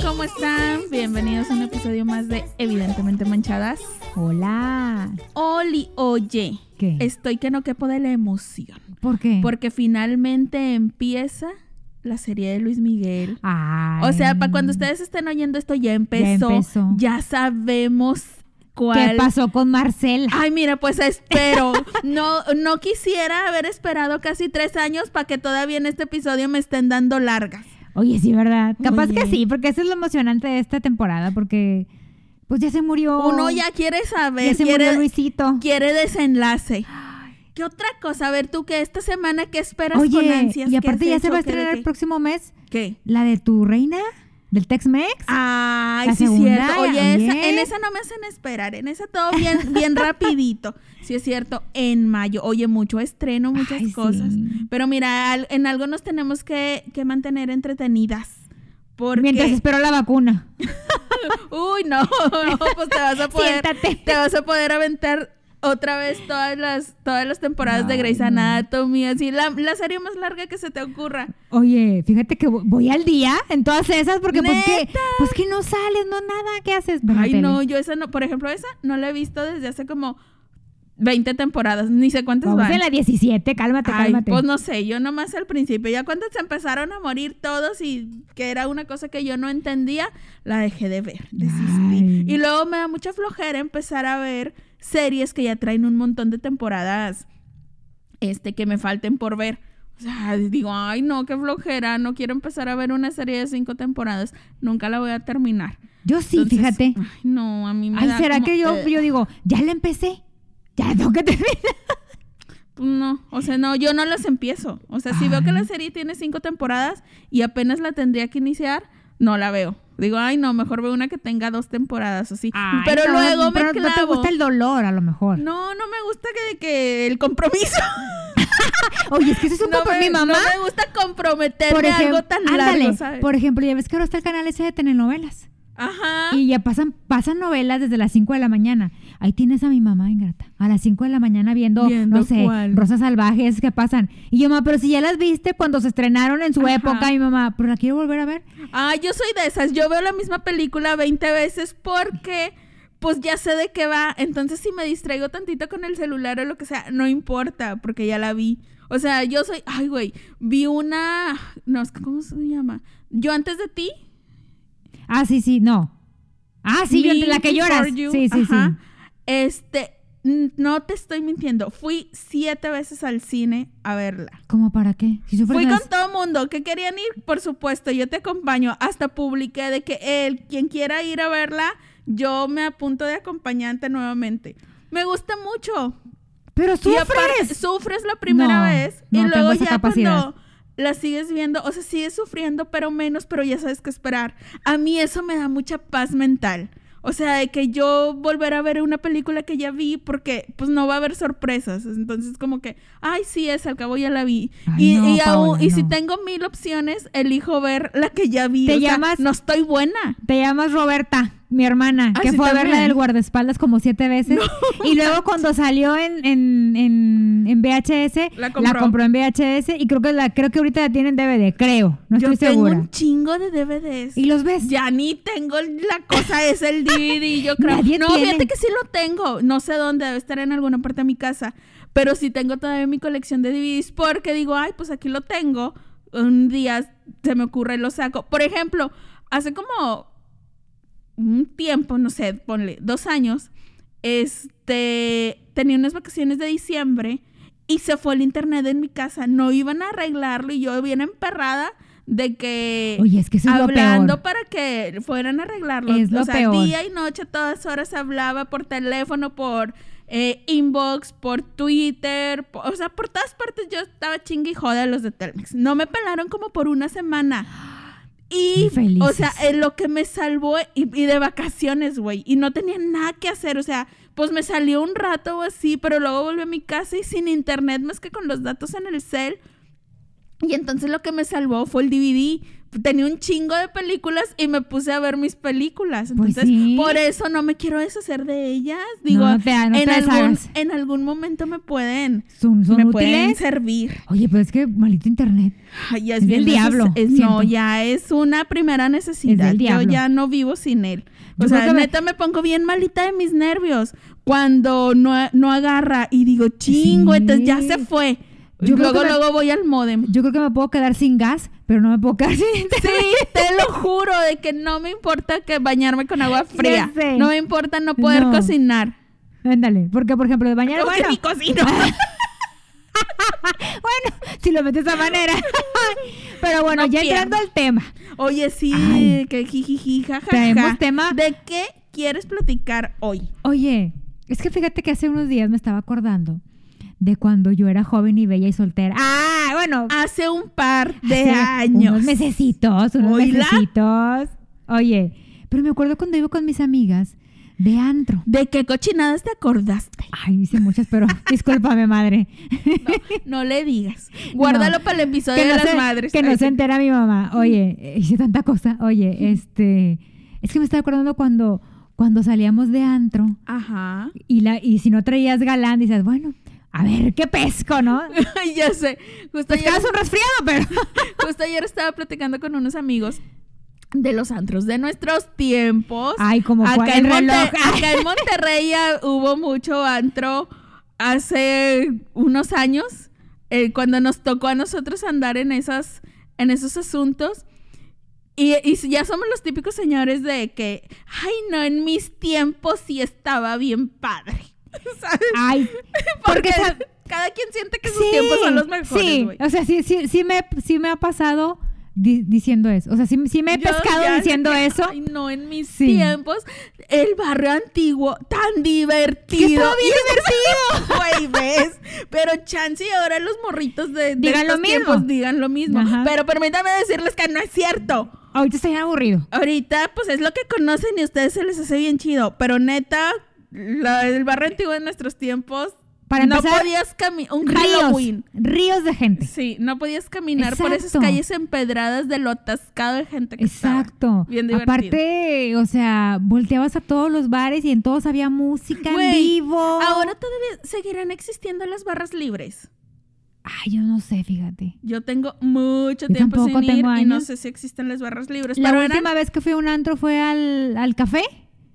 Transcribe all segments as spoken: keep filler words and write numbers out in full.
¿cómo están? Bienvenidos a un episodio más de Evidentemente Manchadas. Hola. Oli, oye, ¿Qué? Estoy que no quepo de la emoción. ¿Por qué? Porque finalmente empieza la serie de Luis Miguel. Ay. O sea, para cuando ustedes estén oyendo esto ya empezó. Ya empezó. Ya sabemos cuál. ¿Qué pasó con Marcela? Ay, mira, pues espero. No, no quisiera haber esperado casi tres años para que todavía en este episodio me estén dando largas. Oye, sí, ¿verdad? Capaz Oye. que sí, porque eso es lo emocionante de esta temporada, porque pues ya se murió. Uno ya quiere saber. Ya se quiere, murió Luisito. Quiere desenlace. ¿Qué otra cosa? A ver, tú que esta semana, ¿qué esperas Oye, con ansias? y aparte ¿Qué ya has se va a hecho? ¿Qué de estrenar qué? el próximo mes ¿Qué? la de tu reina, del Tex-Mex. Ay, La sí, segunda, cierto. Oye, oye. Esa, en esa no me hacen esperar. En esa todo bien, bien rapidito. Sí, es cierto. En mayo. Oye, mucho estreno, muchas Ay, cosas. sí. Pero mira, al- en algo nos tenemos que, que mantener entretenidas. Porque... Mientras espero la vacuna. Uy, no, no, pues te vas a poder... Siéntate. Te vas a poder aventar otra vez todas las, todas las temporadas de Ay, Grey's no. Anatomy, así, la, la serie más larga que se te ocurra. Oye, fíjate que voy- voy al día en todas esas porque pues que, ¿Neta? pues que no sales, no nada, ¿qué haces? Ver la Ay, tele. no, yo esa no, por ejemplo, esa no la he visto desde hace como veinte temporadas, ni sé cuántas Vamos van. en la diecisiete, cálmate, Ay, cálmate. pues no sé, yo nomás al principio, ya cuando se empezaron a morir todos y que era una cosa que yo no entendía, la dejé de ver, desistí. Ay. Y luego me da mucha flojera empezar a ver series que ya traen un montón de temporadas este que me falten por ver. O sea, digo, ay no, qué flojera, no quiero empezar a ver una serie de cinco temporadas, nunca la voy a terminar. Yo sí, Entonces, fíjate. Ay, no, a mí me Ay, da ¿será como, que yo, eh, yo digo, ya la empecé? Ya la tengo que terminar. Pues no, o sea, no, yo no las empiezo. O sea, si Ay. veo que la serie tiene cinco temporadas y apenas la tendría que iniciar, no la veo. Digo, ay, no, mejor veo una que tenga dos temporadas así. Ay, pero no, luego me pero clavo. no te gusta el dolor, a lo mejor. No, no me gusta que, que el compromiso. Oye, es que eso es un no, poco me, mi mamá. no me gusta comprometerme a algo tan ándale, largo, ¿sabes? por ejemplo, ya ves que ahora está el canal ese de telenovelas. Ajá. Y ya pasan, pasan novelas desde las cinco de la mañana. Ahí tienes a mi mamá ingrata. A las cinco de la mañana viendo, ¿Viendo no sé, cuál? Rosas Salvajes que pasan. Y yo, mamá, pero si ya las viste cuando se estrenaron en su Ajá. época, mi mamá, pero la quiero volver a ver. Ah, yo soy de esas. Yo veo la misma película veinte veces porque pues ya sé de qué va. Entonces si me distraigo tantito con el celular o lo que sea, no importa porque ya la vi. O sea, yo soy... Ay, güey. Vi una... No, es que ¿cómo se llama? Yo antes de ti. Ah, sí, sí, no. Ah, sí, yo, Me la que lloras. Before You. Sí, sí, Ajá. sí. Este... n- No te estoy mintiendo. Fui siete veces al cine a verla. ¿Cómo para qué? Si sufres Fui las- con todo mundo. ¿Que querían ir? Por supuesto, yo te acompaño. Hasta publiqué de que él, quien quiera ir a verla, yo me apunto de acompañante nuevamente. Me gusta mucho. Pero Y aparte, sufres. sufres la primera No, vez no y tengo luego esa ya capacidad. cuando la sigues viendo, o sea, sigues sufriendo, pero menos, pero ya sabes qué esperar. A mí eso me da mucha paz mental. O sea, de que yo volver a ver una película que ya vi porque pues no va a haber sorpresas. Entonces como que, ay, sí, es, al cabo ya la vi. Ay, y, no, y, aún- Paola, y si no. tengo mil opciones, elijo ver la que ya vi. Te O sea, llamas- no estoy buena. Te llamas Roberta, mi hermana, Ah, que sí, fue a verla también. del guardaespaldas como siete veces. Y luego cuando salió en, en, en, en V H S, La la compró. compró. en V H S y creo que la creo que ahorita la tienen D V D, creo. No Yo estoy tengo segura. un chingo de D V Ds. ¿Y los ves? Ya ni tengo la cosa, es el D V D, yo creo. Nadie No, tiene. fíjate que sí lo tengo. No sé dónde, debe estar en alguna parte de mi casa. Pero sí tengo todavía mi colección de D V Ds porque digo, ay, pues aquí lo tengo. Un día se me ocurre y lo saco. Por ejemplo, hace como un tiempo, no sé, ponle dos años, este, tenía unas vacaciones de diciembre y se fue el internet en mi casa. No iban a arreglarlo y yo bien emperrada de que Oye, es que eso es lo hablando peor. para que fueran a arreglarlo. Es lo o sea, peor. día y noche, a todas horas hablaba por teléfono, por eh, inbox, por Twitter, po- o sea, por todas partes yo estaba chingue y joda a los de Telmex. No me pelaron como por una semana. Y, Infelices. o sea, en lo que me salvó y, y de vacaciones, güey. Y no tenía nada que hacer, o sea, pues me salió un rato o así, pero luego volví a mi casa y sin internet más que con los datos en el cel. Y entonces lo que me salvó fue el D V D, tenía un chingo de películas y me puse a ver mis películas. Entonces, pues sí. por eso no me quiero deshacer de ellas. Digo, no, no te, no en, te algún, en algún momento me pueden, son, son me útiles. pueden servir. Oye, pero es que maldito internet. Ay, ya es, es bien del diablo. neces- es, no, ya es una primera necesidad. Es del diablo. Yo ya no vivo sin él. O Yo sea, creo que neta me... me pongo bien malita de mis nervios cuando no, no agarra y digo, chingo, Sí. entonces ya se fue. Yo creo luego, que me- luego voy al módem. Yo creo que me puedo quedar sin gas, pero no me puedo quedar sin internet. Sí, te lo juro, de que no me importa que bañarme con agua fría. Ya sé. No me importa no poder No. cocinar. Ándale, porque por ejemplo de bañar, ¿Cómo bueno, que ni cocino? bueno, si lo metes de esa manera. Pero bueno, No ya pierdo. entrando al tema. Oye, sí, Ay. que jijiji, jajaja. Traemos tema. ¿De qué quieres platicar hoy? Oye, es que fíjate que hace unos días me estaba acordando de cuando yo era joven y bella y soltera. Ah, bueno, Hace un par de hace años. unos mesecitos, unos Oíla. mesecitos. Oye, pero me acuerdo cuando iba con mis amigas de antro. ¿De qué cochinadas te acordaste? Ay, hice muchas, pero discúlpame, madre. No, no le digas. Guárdalo No. para el episodio de no las se, madres. que no Ay, se entera mi mamá. Oye, eh, hice tanta cosa. Oye, este, es que me estaba acordando cuando, cuando salíamos de antro Ajá. y la, y si no traías galán, dices, bueno, a ver, qué pesco, ¿no? Ay, ya sé. Justo Pues ayer, cada un resfriado, pero. justo ayer estaba platicando con unos amigos de los antros de nuestros tiempos. Ay, como cuál, Acá el en, Monte- reloj. acá en Monterrey ya hubo mucho antro hace unos años, eh, cuando nos tocó a nosotros andar en esas, en esos asuntos. Y, y ya somos los típicos señores de que, ay, no, en mis tiempos sí estaba bien padre. ¿Sabes? Ay, Porque porque sa- cada quien siente que sus tiempos son los mejores, sí, güey. o sea, sí, sí, sí me, sí me ha pasado di- diciendo eso. O sea, sí, sí me he Yo pescado ya diciendo sé que, eso. Ay, no, en mis Sí. tiempos, el barrio antiguo, tan divertido. Que estaba bien divertido. Güey, ¿ves? Pero chance y ahora los morritos de, de Digan lo estos mismo. tiempos digan lo mismo. Ajá. Pero permítame decirles que no es cierto. Ahorita estoy aburrido. Ahorita, pues es lo que conocen y a ustedes se les hace bien chido. Pero neta, la- el barrio antiguo de nuestros tiempos, Para no empezar, podías caminar. Un Ríos, Halloween. ríos de gente. Sí, no podías caminar por esas Exacto. calles empedradas de lo atascado de gente que Exacto. estaba. Bien divertido. Aparte, o sea, volteabas a todos los bares y en todos había música en Güey, vivo. Ahora todavía seguirán existiendo las barras libres. Ay, yo no sé, fíjate. Yo tengo mucho Yo tiempo tampoco sin ir tengo y no años. sé si existen las barras libres. La pero última eran- vez que fui a un antro fue al, al café.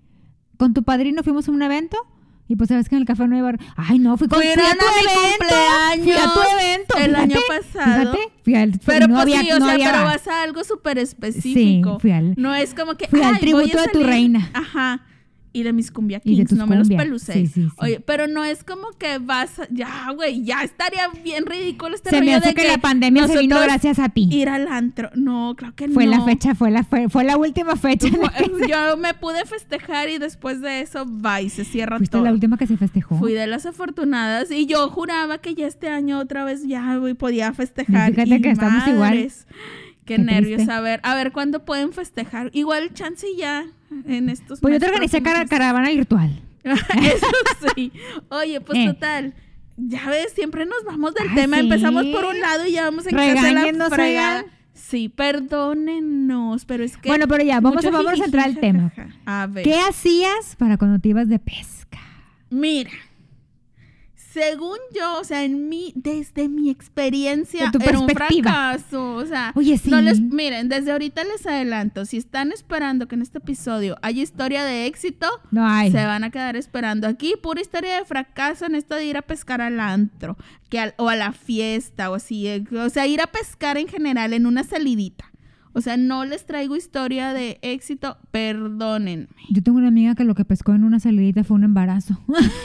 Con tu padrino fuimos a un evento. Y pues sabes que en el café no hay bar. Ay, no, fui con Fueron fui a a tu mi evento. Fui a tu cumpleaños evento. el fíjate, año pasado. Fíjate, fui al, fui- Pero no pues había, sí, o no sea, había pero bar. vas a algo súper específico. Sí, fui al- No es como que, fui al ay, tributo voy a de tu salir- reina. Ajá. Y de mis cumbia Y de kings, tus no me los cumbia. pelucé. Sí, sí, sí. Oye, pero no es como que vas a- ya, güey, ya estaría bien ridículo este Se me rollo hace de que, la pandemia se vino nosotros gracias a ti. ir al antro. No, claro que Fue no. la fecha, fue la, fue, fue la última fecha. en la que se- Yo me pude festejar y después de eso, bye, se cierra Fuiste todo. la última que se festejó. Fui de las afortunadas y yo juraba que ya este año otra vez ya güey, podía festejar. Fíjate y que estamos madres, Qué, Qué nervios. triste. A ver, a ver cuándo pueden festejar. Igual chance y ya en estos Pues yo te meses organicé cara- próximos. caravana virtual. Eso sí. Oye, pues Eh. total. Ya ves, siempre nos vamos del Ay, tema. sí. Empezamos por un lado y ya vamos en casa de la Regáñennos, fregada. oigan. Sí, perdónennos, pero es que... Bueno, pero ya, vamos, mucho a, vamos a entrar al jijiji, tema. jajaja. A ver. ¿Qué hacías para cuando te ibas de pesca? Mira, según yo, o sea, en mi, desde mi experiencia, De tu era un perspectiva. fracaso. O sea, Oye, sí. no les, miren, desde ahorita les adelanto, si están esperando que en este episodio haya historia de éxito, No hay. se van a quedar esperando aquí. Pura historia de fracaso en esto de ir a pescar al antro, que al- o a la fiesta, o así. eh, O sea, ir a pescar en general, en una salidita. O sea, no les traigo historia de éxito, perdónenme. Yo tengo una amiga que lo que pescó en una salidita fue un embarazo.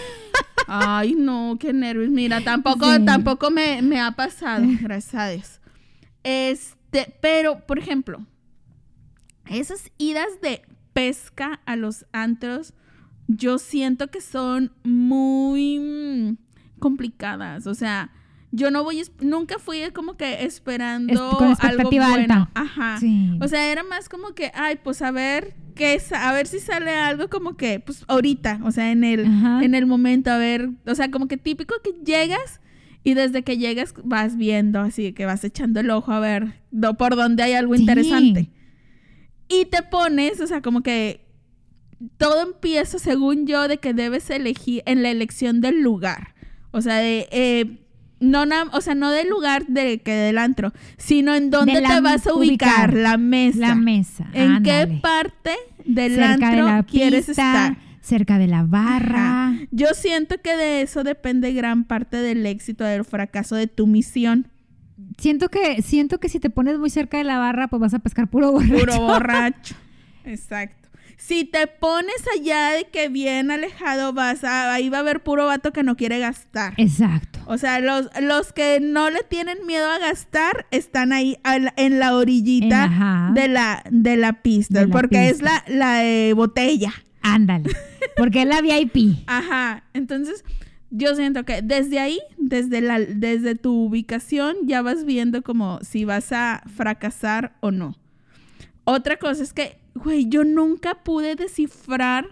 Ay, no, qué nervios. Mira, tampoco, Sí. tampoco me, me ha pasado, gracias a Dios. Este, pero, por ejemplo, esas idas de pesca a los antros, yo siento que son muy mm, complicadas. O sea, yo no voy, es- nunca fui como que esperando Es- con algo expectativa bueno. alta. Ajá. Sí. O sea, era más como que, ay, pues a ver qué es, a ver si sale algo como que, pues ahorita, o sea, en el, Ajá. en el momento, a ver, o sea, como que típico que llegas Y desde que llegas vas viendo, así que vas echando el ojo a ver no, por dónde hay algo sí. interesante. Y te pones, o sea, como que todo empieza, según yo, de que debes elegir en la elección del lugar. O sea, de... Eh, No, na, o sea, no del lugar de, que del antro, sino en dónde te vas a ubicar, ubicar, la mesa. La mesa. ¿En ándale. qué parte del cerca antro de la quieres pista, estar? Cerca de la barra. Ajá. Yo siento que de eso depende gran parte del éxito, del fracaso de tu misión. Siento que, siento que si te pones muy cerca de la barra, pues vas a pescar puro borracho. Puro borracho. Exacto. Si te pones allá de que bien alejado vas a... Ahí va a haber puro vato que no quiere gastar. Exacto. O sea, los, los que no le tienen miedo a gastar están ahí la, en la orillita en, de, la, de la pista. De la porque pista. es la, la eh, botella. Ándale. Porque es la V I P. Ajá. Entonces, yo siento que desde ahí, desde, la, desde tu ubicación, ya vas viendo como si vas a fracasar o no. Otra cosa es que... Güey, yo nunca pude descifrar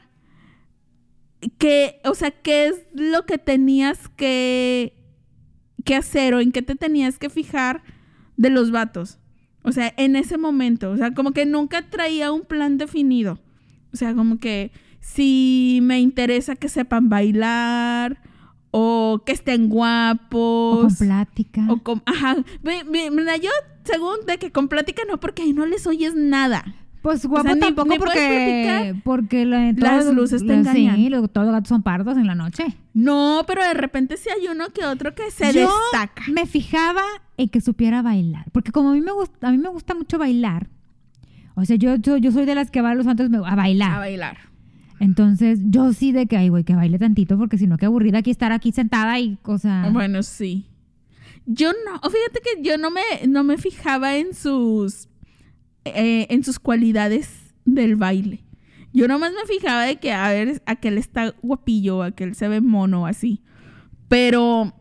qué, o sea, qué es lo que tenías que, que hacer o en qué te tenías que fijar de los vatos. O sea, en ese momento. O sea, como que nunca traía un plan definido. O sea, como que si me interesa que sepan bailar o que estén guapos. O con plática. O con, ajá. Mira, yo según de que con plática no, porque ahí no les oyes nada. Pues guapo o sea, tampoco ni, ni porque porque la, las todo, luces te engañan. Sí, todos los gatos son pardos en la noche. No, pero de repente sí hay uno que otro que se yo destaca. Me fijaba en que supiera bailar, porque como a mí me gusta, a mí me gusta mucho bailar. O sea, yo yo, yo soy de las que va a los antros a bailar. A bailar. Entonces, yo sí de que ay, güey, que baile tantito porque si no qué aburrida aquí estar aquí sentada y cosa. Bueno, sí. Yo no, fíjate que yo no me no me fijaba en sus Eh, en sus cualidades del baile. Yo nomás me fijaba de que a ver, aquel está guapillo, aquel se ve mono, así. Pero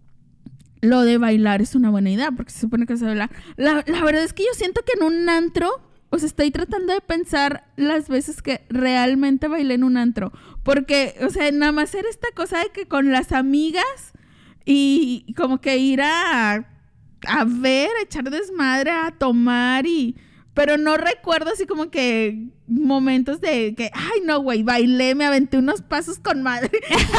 lo de bailar es una buena idea, porque se supone que se baila. La, la verdad es que yo siento que en un antro, o sea, estoy tratando de pensar las veces que realmente bailé en un antro. Porque, o sea, nada más era esta cosa de que con las amigas y como que ir a, a ver, a echar desmadre, a tomar y... Pero no recuerdo así como que momentos de que, ay, no, güey, bailé, me aventé unos pasos con madre.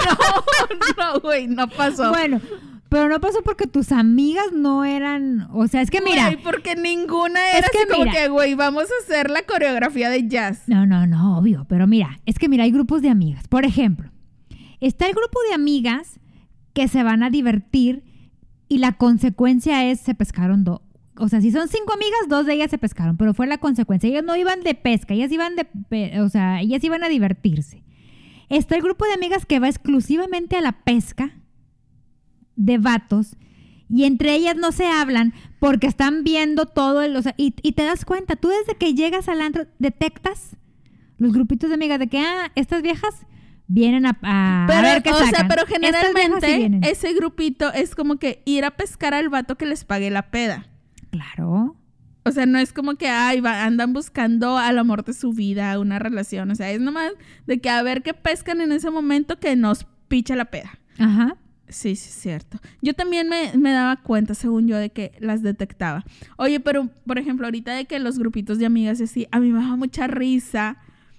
No, no, güey, no pasó. Bueno, pero no pasó porque tus amigas no eran, o sea, es que mira. Güey, porque ninguna era es que así como mira, que, güey, vamos a hacer la coreografía de jazz. No, no, no, obvio, pero mira, es que mira, hay grupos de amigas. Por ejemplo, está el grupo de amigas que se van a divertir y la consecuencia es se pescaron dos. O sea, si son cinco amigas, dos de ellas se pescaron, pero fue la consecuencia. Ellas no iban de pesca, ellas iban de, pe- o sea, ellas iban a divertirse. Está el grupo de amigas que va exclusivamente a la pesca de vatos y entre ellas no se hablan porque están viendo todo el, o sea, y, y te das cuenta, tú desde que llegas al antro detectas los grupitos de amigas de que, ah, estas viejas vienen a, a, pero, a ver qué o sacan. sea, pero generalmente sí ese grupito es como que ir a pescar al vato que les pague la peda. Claro. O sea, no es como que ay, va, andan buscando al amor de su vida, una relación. O sea, es nomás de que a ver qué pescan en ese momento que nos picha la peda. Ajá. Sí, sí, es cierto. Yo también me, me daba cuenta, según yo, de que las detectaba. Oye, pero, por ejemplo, ahorita de que los grupitos de amigas y así, a mí me daba mucha risa.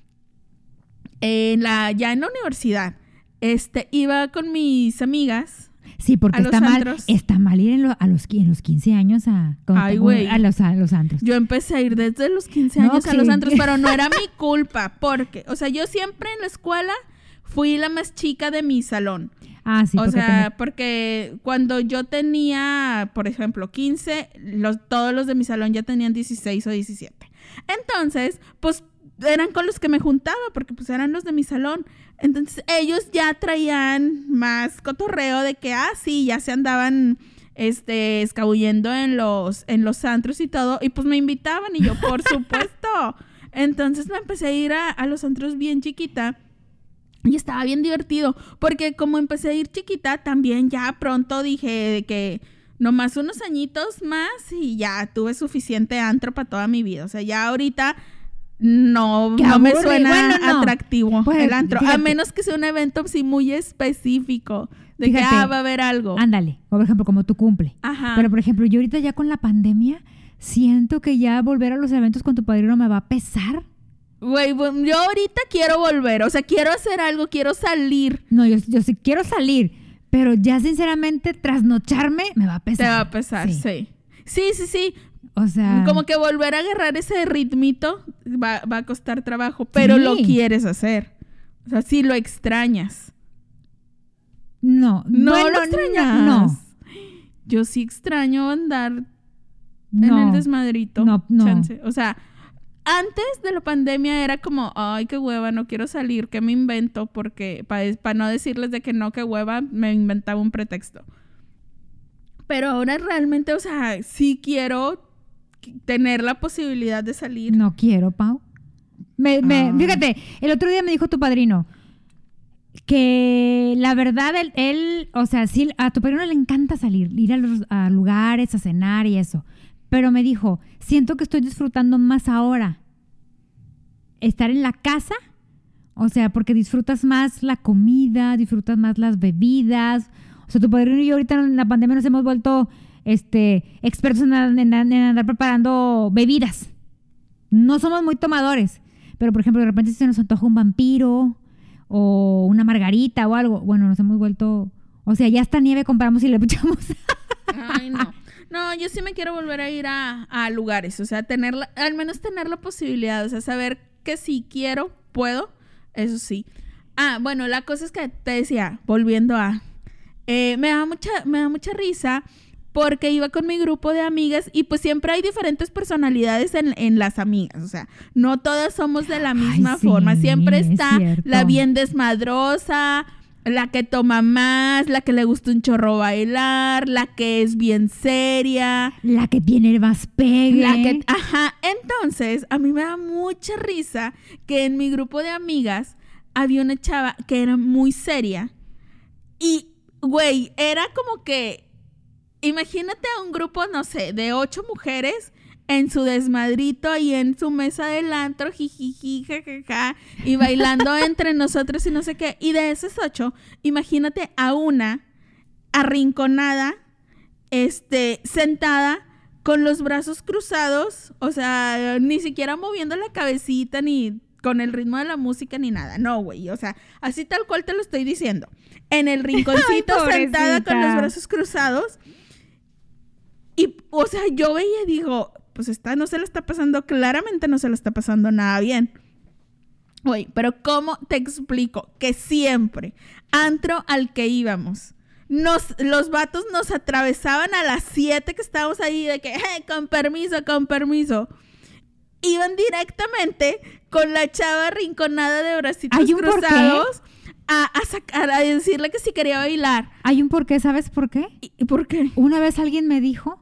En la, ya en la universidad, este, iba con mis amigas. Sí, porque está mal, antros. está mal ir en, lo, a los, en los quince años a, Ay, güey. a, los, a los antros. Yo empecé a ir desde los quince años no, a sí. los antros, pero no era mi culpa, porque, o sea, yo siempre en la escuela fui la más chica de mi salón. Ah, sí. O sea, te... porque cuando yo tenía, por ejemplo, quince, los, todos los de mi salón ya tenían dieciséis o diecisiete. Entonces, pues, eran con los que me juntaba, porque pues eran los de mi salón. Entonces ellos ya traían más cotorreo de que, ah, sí, ya se andaban este, escabullendo en los, en los antros y todo. Y pues me invitaban y yo, por supuesto. Entonces me empecé a ir a, a los antros bien chiquita. Y estaba bien divertido. Porque como empecé a ir chiquita, también ya pronto dije de que nomás unos añitos más y ya tuve suficiente antro para toda mi vida. O sea, ya ahorita... no, Qué no me aburrido. suena Bueno, no. atractivo Pues, el antro. fíjate. A menos que sea un evento sí muy específico. De Fíjate. que, ah, va a haber algo. Ándale, o por ejemplo, como tu cumple. Ajá. Pero, por ejemplo, yo ahorita ya con la pandemia siento que ya volver a los eventos con tu padrino me va a pesar. Güey, bu- yo ahorita quiero volver. O sea, quiero hacer algo, quiero salir. No, yo, yo sí quiero salir, pero ya sinceramente trasnocharme me va a pesar. Te va a pesar, sí. Sí, sí, sí. O sea, Como que volver a agarrar ese ritmito va, va a costar trabajo, pero Sí. lo quieres hacer. O sea, sí lo extrañas. no, No bueno, lo extrañas. No, Yo sí extraño andar en no, el desmadrito. No, no. Chance. O sea, antes de la pandemia era como, ay, qué hueva, no quiero salir, ¿qué me invento? Porque para no decirles de que no, qué hueva, me inventaba un pretexto. Pero ahora realmente, o sea, sí quiero tener la posibilidad de salir. no quiero, Pau. Me, me, Ah. Fíjate, el otro día me dijo tu padrino que la verdad él, él, o sea, sí, a tu padrino le encanta salir, ir a los a lugares, a cenar y eso. Pero me dijo, siento que estoy disfrutando más ahora estar en la casa, o sea, porque disfrutas más la comida, disfrutas más las bebidas. O sea, tu padrino y yo ahorita en la pandemia nos hemos vuelto este, expertos en, en- en andar preparando bebidas. No somos muy tomadores, pero por ejemplo, de repente si se nos antoja un vampiro o una margarita o algo, bueno, nos hemos vuelto, o sea, ya hasta nieve compramos y le echamos. Ay, no. No, yo sí me quiero volver a ir a, a lugares, o sea, tener la- al menos tener la posibilidad, o sea, saber que si quiero, puedo, eso sí. Ah, bueno, la cosa es que te decía, volviendo a, eh, me da mucha, me da mucha risa porque iba con mi grupo de amigas y pues siempre hay diferentes personalidades en, en las amigas, o sea, no todas somos de la misma Ay, sí, forma, siempre es está cierto. la bien desmadrosa, la que toma más, la que le gusta un chorro bailar, la que es bien seria, La que tiene más pegue. la que... Ajá, entonces a mí me da mucha risa que en mi grupo de amigas había una chava que era muy seria y, güey, era como que... Imagínate a un grupo, no sé, de ocho mujeres en su desmadrito y en su mesa del antro, jijiji, jajaja, y bailando entre nosotros y no sé qué. Y de esas ocho, imagínate a una arrinconada, este, sentada, con los brazos cruzados, o sea, ni siquiera moviendo la cabecita, ni con el ritmo de la música, ni nada. No, güey, o sea, así tal cual te lo estoy diciendo. En el rinconcito, Ay, sentada con los pobrecita. brazos cruzados. Y, o sea, yo veía y digo, pues esta no se la está pasando, claramente no se la está pasando nada bien. Güey, pero ¿cómo te explico? Que siempre, antro al que íbamos, nos, los vatos nos atravesaban a las siete que estábamos ahí, de que, hey, con permiso, con permiso. Iban directamente con la chava rinconada de bracitos ¿Hay un porqué? cruzados a, a, sacar, a decirle que si quería bailar. Hay un porqué, ¿sabes por qué? ¿Y, y por qué? Una vez alguien me dijo,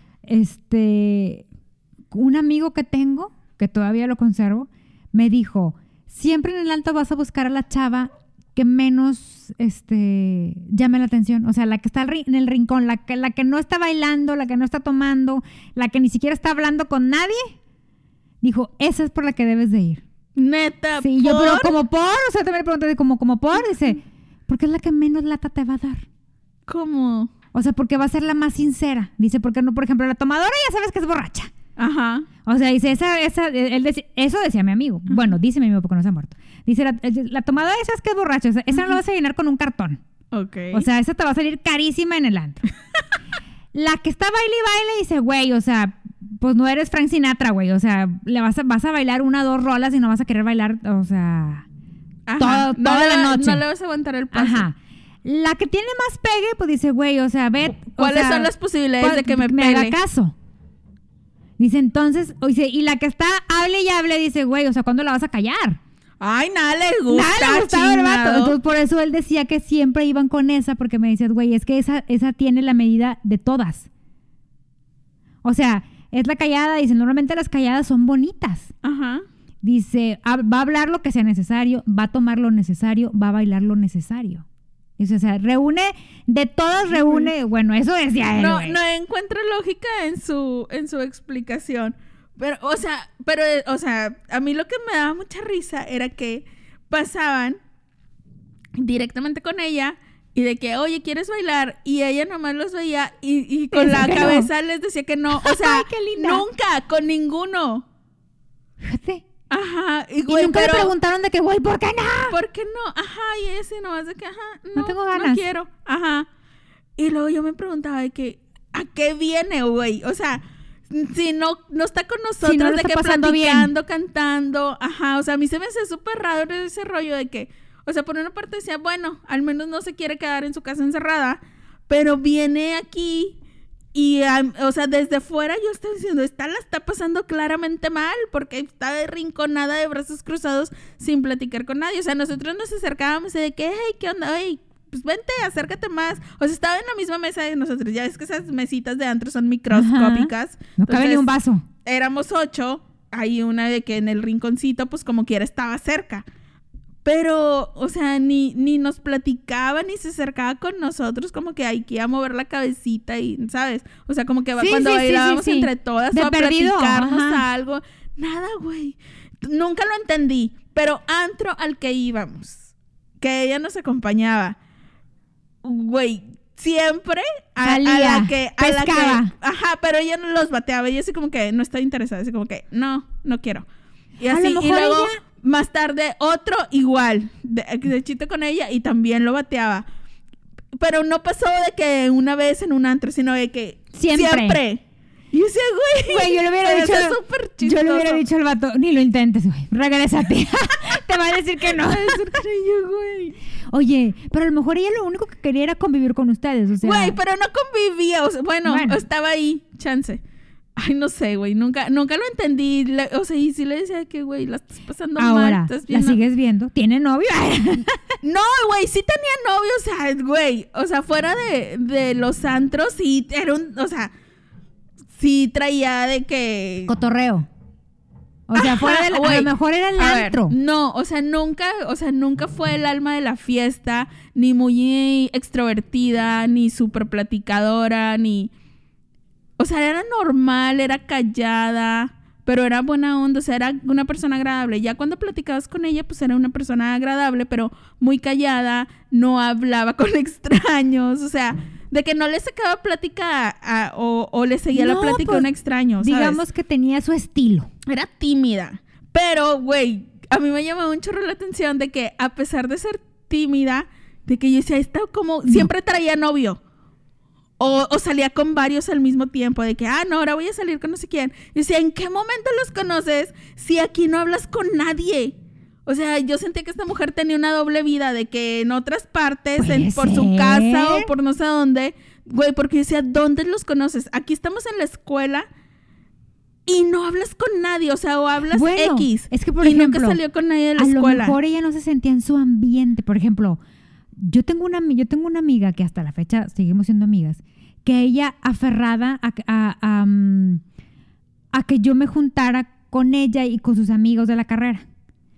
este, un amigo que tengo, que todavía lo conservo, me dijo, siempre en el alto vas a buscar a la chava que menos, este, llame la atención. O sea, la que está al ri- en el rincón, la que, la que no está bailando, la que no está tomando, la que ni siquiera está hablando con nadie. Dijo, esa es por la que debes de ir. Neta, Sí, yo, ¿por? pero como por, o sea, también le pregunté, como, como por, dice, porque es la que menos lata te va a dar. ¿Cómo? O sea, porque va a ser la más sincera. Dice, porque no, por ejemplo, la tomadora ya sabes que es borracha. Ajá. O sea, dice, esa, esa, él decía, eso decía mi amigo. Bueno, dice mi amigo porque no se ha muerto. Dice, la, la tomadora ya sabes que es borracha. O sea, esa no la vas a llenar con un cartón. Ok. O sea, esa te va a salir carísima en el antro. La que está baile y baile dice, güey, o sea, pues no eres Frank Sinatra, güey. O sea, le vas a, vas a bailar una o dos rolas y no vas a querer bailar, o sea, Ajá. todo- No toda le la va- noche. No le vas a aguantar el paso. Ajá. La que tiene más pegue, pues dice, güey, o sea, ve. o ¿Cuáles sea, son las posibilidades pues, de que me me pele? haga caso? Dice, entonces, o dice, y la que está, hable y hable, dice, güey, o sea, ¿cuándo la vas a callar? Ay, nada le gusta, Nada le gustaba el vato. chingado. Entonces, por eso él decía que siempre iban con esa, porque me decías, güey, es que esa, esa tiene la medida de todas. O sea, es la callada, dice, normalmente las calladas son bonitas. Ajá. Dice, "Ah, va a hablar lo que sea necesario, va a tomar lo necesario, va a bailar lo necesario. Dice, o sea, reúne, de todas reúne, bueno, eso decía él, No, güey. no encuentro lógica en su, en su explicación. Pero, o sea, pero, o sea, a mí lo que me daba mucha risa era que pasaban directamente con ella y de que, oye, ¿quieres bailar? Y ella nomás los veía y, y con la cabeza no. les decía que no. O sea, Ay, qué linda. Nunca, con ninguno. Fíjate. Ajá. Y, güey, y nunca pero, le preguntaron de que, güey, ¿por qué no? ¿Por qué no? Ajá, y ese nomás de que, ajá, no, no tengo ganas. No quiero. Ajá. Y luego yo me preguntaba de que, ¿a qué viene, güey? O sea, si no, no está con nosotros, si no de que platicando, bien. cantando. Ajá, o sea, a mí se me hace súper raro ese rollo de que, o sea, por una parte decía, bueno, al menos no se quiere quedar en su casa encerrada, pero viene aquí y, um, o sea, desde fuera yo estaba diciendo, esta la está pasando claramente mal porque está de rinconada de brazos cruzados sin platicar con nadie. O sea, nosotros nos acercábamos y de que, hey, ¿qué onda? Hey, pues vente, acércate más. O sea, estaba en la misma mesa de nosotros. Ya ves que esas mesitas de antro son microscópicas. Ajá. No cabe ni un vaso. Éramos ocho. Hay una de que en el rinconcito, pues como quiera, estaba cerca. Pero, o sea, ni, ni nos platicaba, ni se acercaba con nosotros, como que hay que ir a mover la cabecita y, ¿sabes? O sea, como que sí, cuando sí, bailábamos sí, sí, sí. entre todas de o a perdido. platicarnos Ajá. algo. Nada, güey. Nunca lo entendí. Pero antro al que íbamos, que ella nos acompañaba, güey, siempre a, a la que... A la que, ajá, pero ella no los bateaba. Ella así como que no estaba interesada. Así como que, no, no quiero. Y así, y luego... Ella... Más tarde, otro igual, de, de chiste con ella, y también lo bateaba. Pero no pasó de que una vez en un antro, sino de que siempre. siempre. Y yo decía, güey, güey, yo le hubiera dicho, yo le hubiera dicho al vato, ni lo intentes, güey, regrésate. Te va a decir que no. Va a decir que yo, güey. Oye, pero a lo mejor ella lo único que quería era convivir con ustedes, o sea. Güey, pero no convivía, o sea, bueno, bueno, estaba ahí, chance. Ay, no sé, güey, nunca, nunca lo entendí. Le, o sea, y sí le decía que, güey, la estás pasando ahora, mal. Ahora, ¿la sigues viendo? ¿Tiene novio? No, güey, sí tenía novio, o sea, güey, o sea, fuera de, de los antros, sí, era un, o sea, sí traía de que... Cotorreo. O sea, Ajá, fuera de la, a lo mejor era el a antro. Ver, no, o sea, nunca, o sea, nunca fue el alma de la fiesta, ni muy extrovertida, ni súper platicadora, ni... O sea, era normal, era callada, pero era buena onda, o sea, era una persona agradable. Ya cuando platicabas con ella, pues era una persona agradable, pero muy callada, no hablaba con extraños, o sea, de que no le sacaba plática a, a, o, o le seguía no, la plática pues, a un extraño, ¿sabes? Digamos que tenía su estilo. Era tímida, pero, güey, a mí me llamaba un chorro la atención de que a pesar de ser tímida, de que yo decía, esta como, no. siempre traía novio. O, o salía con varios al mismo tiempo, de que, ah, no, ahora voy a salir con no sé quién. Y decía, ¿en qué momento los conoces si aquí no hablas con nadie? O sea, yo sentía que esta mujer tenía una doble vida, de que en otras partes, en, por su casa o por no sé dónde, güey, porque yo decía, ¿dónde los conoces? Aquí estamos en la escuela y no hablas con nadie, o sea, o hablas bueno, X. Es que, por y ejemplo, nunca salió con nadie de la a escuela. A lo mejor ella no se sentía en su ambiente, por ejemplo... Yo tengo una yo tengo una amiga que hasta la fecha seguimos siendo amigas, que ella aferrada a, a, a, um, a que yo me juntara con ella y con sus amigos de la carrera.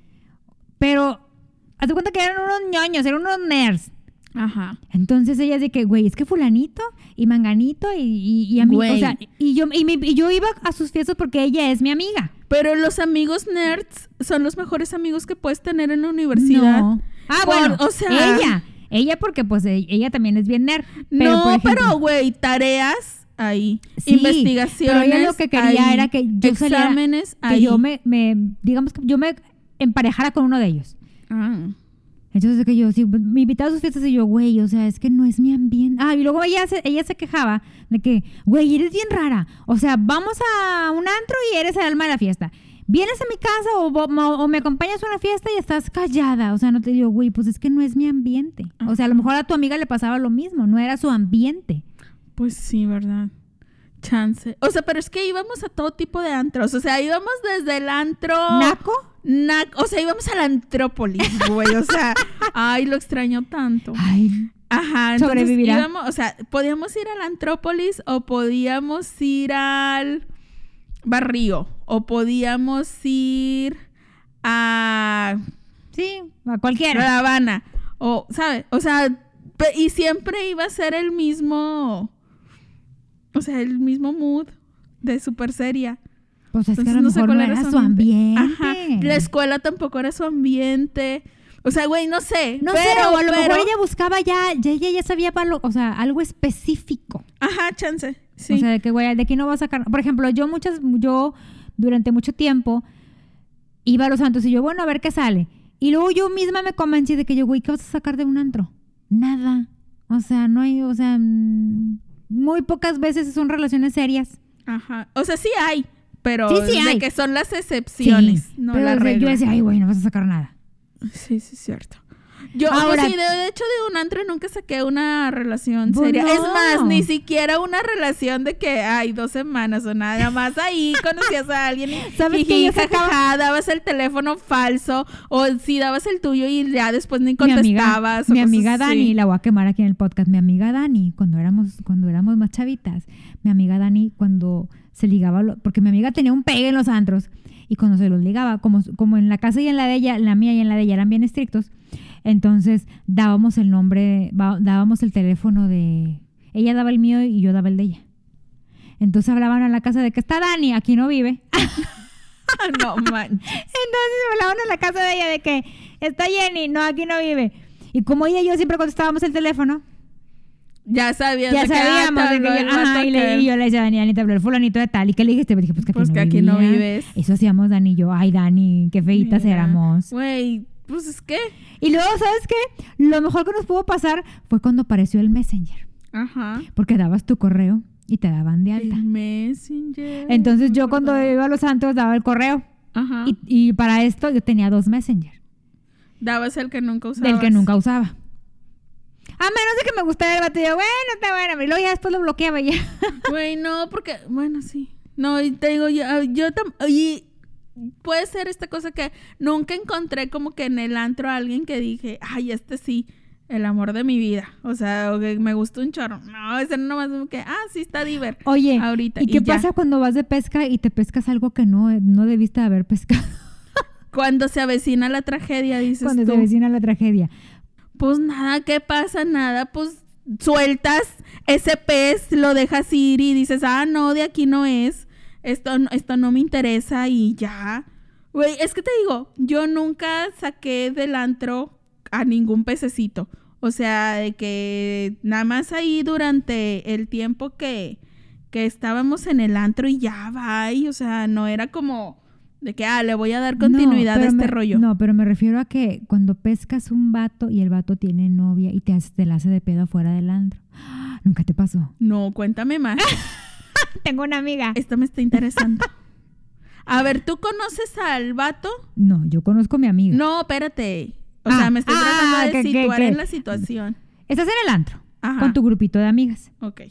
Pero, haz de cuenta que eran unos ñoños, eran unos nerds. Ajá. Entonces ella es de que, güey, es que fulanito y manganito y, y, y a mí, o sea, y yo, y, mi, y yo iba a sus fiestas porque ella es mi amiga. Pero los amigos nerds son los mejores amigos que puedes tener en la universidad. No. Ah, Por, bueno, o sea, ella, ella porque pues ella también es bien nerd. Pero, no, ejemplo, pero güey, tareas ahí, sí, investigaciones. Pero ella lo que quería ahí, era que yo exámenes saliera, que yo me, me, digamos que yo me emparejara con uno de ellos. Ah. Entonces que yo, sí, me invitaba a sus fiestas y yo, güey, o sea, es que no es mi ambiente. Ah, y luego ella se, ella se quejaba de que, güey, eres bien rara. O sea, vamos a un antro y eres el alma de la fiesta. Vienes a mi casa o, o, o me acompañas a una fiesta y estás callada. O sea, no te digo, güey, pues es que no es mi ambiente. O sea, a lo mejor a tu amiga le pasaba lo mismo, no era su ambiente. Pues sí, ¿verdad? Chance. O sea, pero es que íbamos a todo tipo de antros. O sea, íbamos desde el antro... ¿Naco? Naco. O sea, íbamos a la Antrópolis, güey. O sea, ay, lo extraño tanto. Ay, ajá. Entonces sobrevivirá. íbamos, o sea, podíamos ir a la Antrópolis o podíamos ir al Barrio. O podíamos ir a... Sí, a cualquiera. A La Habana. O, ¿sabes? O sea, y siempre iba a ser el mismo... O sea, el mismo mood de super seria. Pues es Entonces, que a lo no sé mejor cuál no era era su su ambiente. Ajá. La escuela tampoco era su ambiente. O sea, güey, no sé. No pero, sé, o a lo pero... mejor ella buscaba ya, ya ella ya sabía para lo, o sea, algo específico. Ajá, chance. Sí. O sea, de que, güey, de aquí no va a sacar. Por ejemplo, yo muchas, yo durante mucho tiempo iba a los antros y yo, bueno, a ver qué sale. Y luego yo misma me convencí de que yo, güey, ¿qué vas a sacar de un antro? Nada. O sea, no hay, o sea, muy pocas veces son relaciones serias. Ajá. O sea, sí hay, pero sí, sí de hay. que son las excepciones, sí, no pero la o sea, regla. yo decía, ay, güey, no vas a sacar nada. Sí, sí, es cierto. Yo, Ahora, pues sí, de, de hecho, de un antro nunca saqué una relación pues seria. no. Es más, ni siquiera una relación de que hay dos semanas o nada más ahí conocías a alguien y ¿Sabes jiji, qué? Yo jajaja, sacaba- dabas el teléfono falso o si dabas el tuyo y ya después ni Mi amiga, contestabas. o mi cosas amiga así. Dani, la voy a quemar aquí en el podcast. Mi amiga Dani, cuando éramos, cuando éramos más chavitas, mi amiga Dani, cuando se ligaba, lo- porque mi amiga tenía un pegue en los antros, y cuando se los ligaba, como, como en la casa y en la de ella, en la mía y en la de ella eran bien estrictos, entonces dábamos el nombre, va- dábamos el teléfono de... Ella daba el mío y yo daba el de ella. Entonces hablaban a la casa de que está Dani, aquí no vive. No manches. Entonces hablaban a la casa de ella de que está Jenny, no, aquí no vive. Y como ella y yo siempre contestábamos el teléfono, Ya sabías ya de que, sabíamos ah, de que tardó yo, el ajá, vato y, le, que- y yo le decía a Dani, Dani, te habló el fulanito de tal. ¿Y qué le dijiste? Me dije, pues que aquí, Pues no, que aquí no vivía. vives. Eso hacíamos Dani y yo. Ay, Dani, qué feitas Mira. éramos. Güey, pues es que... Y luego, ¿sabes qué? Lo mejor que nos pudo pasar fue cuando apareció el Messenger. Ajá. Porque dabas tu correo y te daban de alta. El Messenger. Entonces me yo cuando acordaba. iba a los santos daba el correo. Ajá. Y, y para esto yo tenía dos Messenger. Dabas el que nunca usabas. Del que nunca usaba. A menos de que me gustara el vato. Y yo, bueno, está bueno. Y luego ya después lo bloqueaba y ya. Güey, no, porque... Bueno, sí. No, y te digo, yo... yo tam- y puede ser esta cosa que nunca encontré como que en el antro a alguien que dije, ay, este sí, el amor de mi vida. O sea, o que me gustó un chorro. No, ese no más como que, ah, sí está diver. Oye, Ahorita. ¿y qué ya. pasa cuando vas de pesca y te pescas algo que no, no debiste haber pescado? Cuando se avecina la tragedia, dices Cuando tú. se avecina la tragedia. Pues nada, ¿qué pasa? Nada, pues sueltas ese pez, lo dejas ir y dices, ah, no, de aquí no es. Esto, no- esto no me interesa y ya. Güey, es que te digo, yo nunca saqué del antro a ningún pececito. O sea, de que nada más ahí durante el tiempo que, que estábamos en el antro y ya va. Y, o sea, no era como de que, ah, le voy a dar continuidad No, a pero este me- rollo. No, pero me refiero a que cuando pescas un vato y el vato tiene novia y te, hace- te la hace de pedo afuera del antro. ¿Nunca te pasó? No, cuéntame más. Tengo una amiga. Esto me está interesando. A ver, ¿tú conoces al vato? No, yo conozco a mi amiga. No, espérate. O Ah, sea, me estoy ah, tratando de que- que- situar que- en la situación. Estás en el antro Ajá. con tu grupito de amigas. Ok.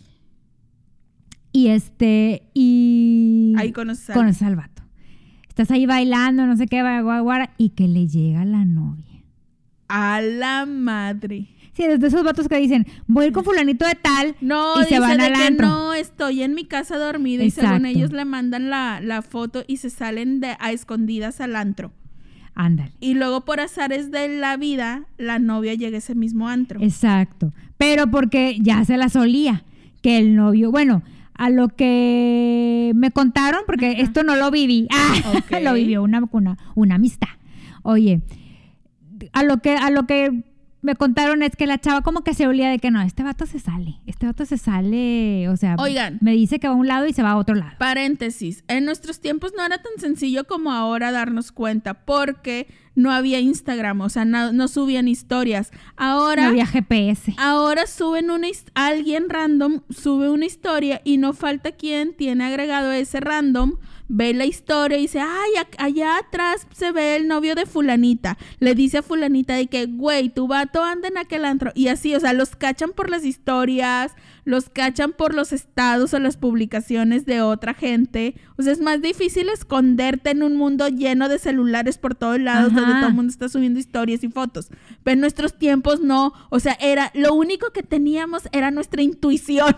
Y este, y... Ahí conoces a conoces al vato. Estás ahí bailando, no sé qué, guara, guara, guara, y que le llega la novia. a la madre. Sí, desde esos vatos que dicen, voy a ir con fulanito de tal, No, y dice se van de al que antro. no, estoy en mi casa dormido y según Exacto. ellos le mandan la, la foto y se salen de, a escondidas al antro. Ándale. Y luego por azares de la vida, la novia llega a ese mismo antro. Exacto. Pero porque ya se la solía, que el novio, bueno, a lo que me contaron, porque Ajá. esto no lo viví, ah, Ok. lo vivió una, una, una amistad. Oye, a lo que, a lo que me contaron es que la chava como que se olía de que no, este vato se sale, este vato se sale, o sea, Oigan. me dice que va a un lado y se va a otro lado. Paréntesis, en nuestros tiempos no era tan sencillo como ahora darnos cuenta porque no había Instagram, o sea, no, no subían historias. Ahora, No había G P S. ahora suben una his- alguien random sube una historia y no falta quien tiene agregado ese random, ve la historia y dice, ay, ac- allá atrás se ve el novio de fulanita. Le dice a fulanita de que, güey, tu vato anda en aquel antro. Y así, o sea, los cachan por las historias, los cachan por los estados o las publicaciones de otra gente. O sea, es más difícil esconderte en un mundo lleno de celulares por todos lados, Ajá. donde todo el mundo está subiendo historias y fotos. Pero en nuestros tiempos no. O sea, era lo único que teníamos era nuestra intuición.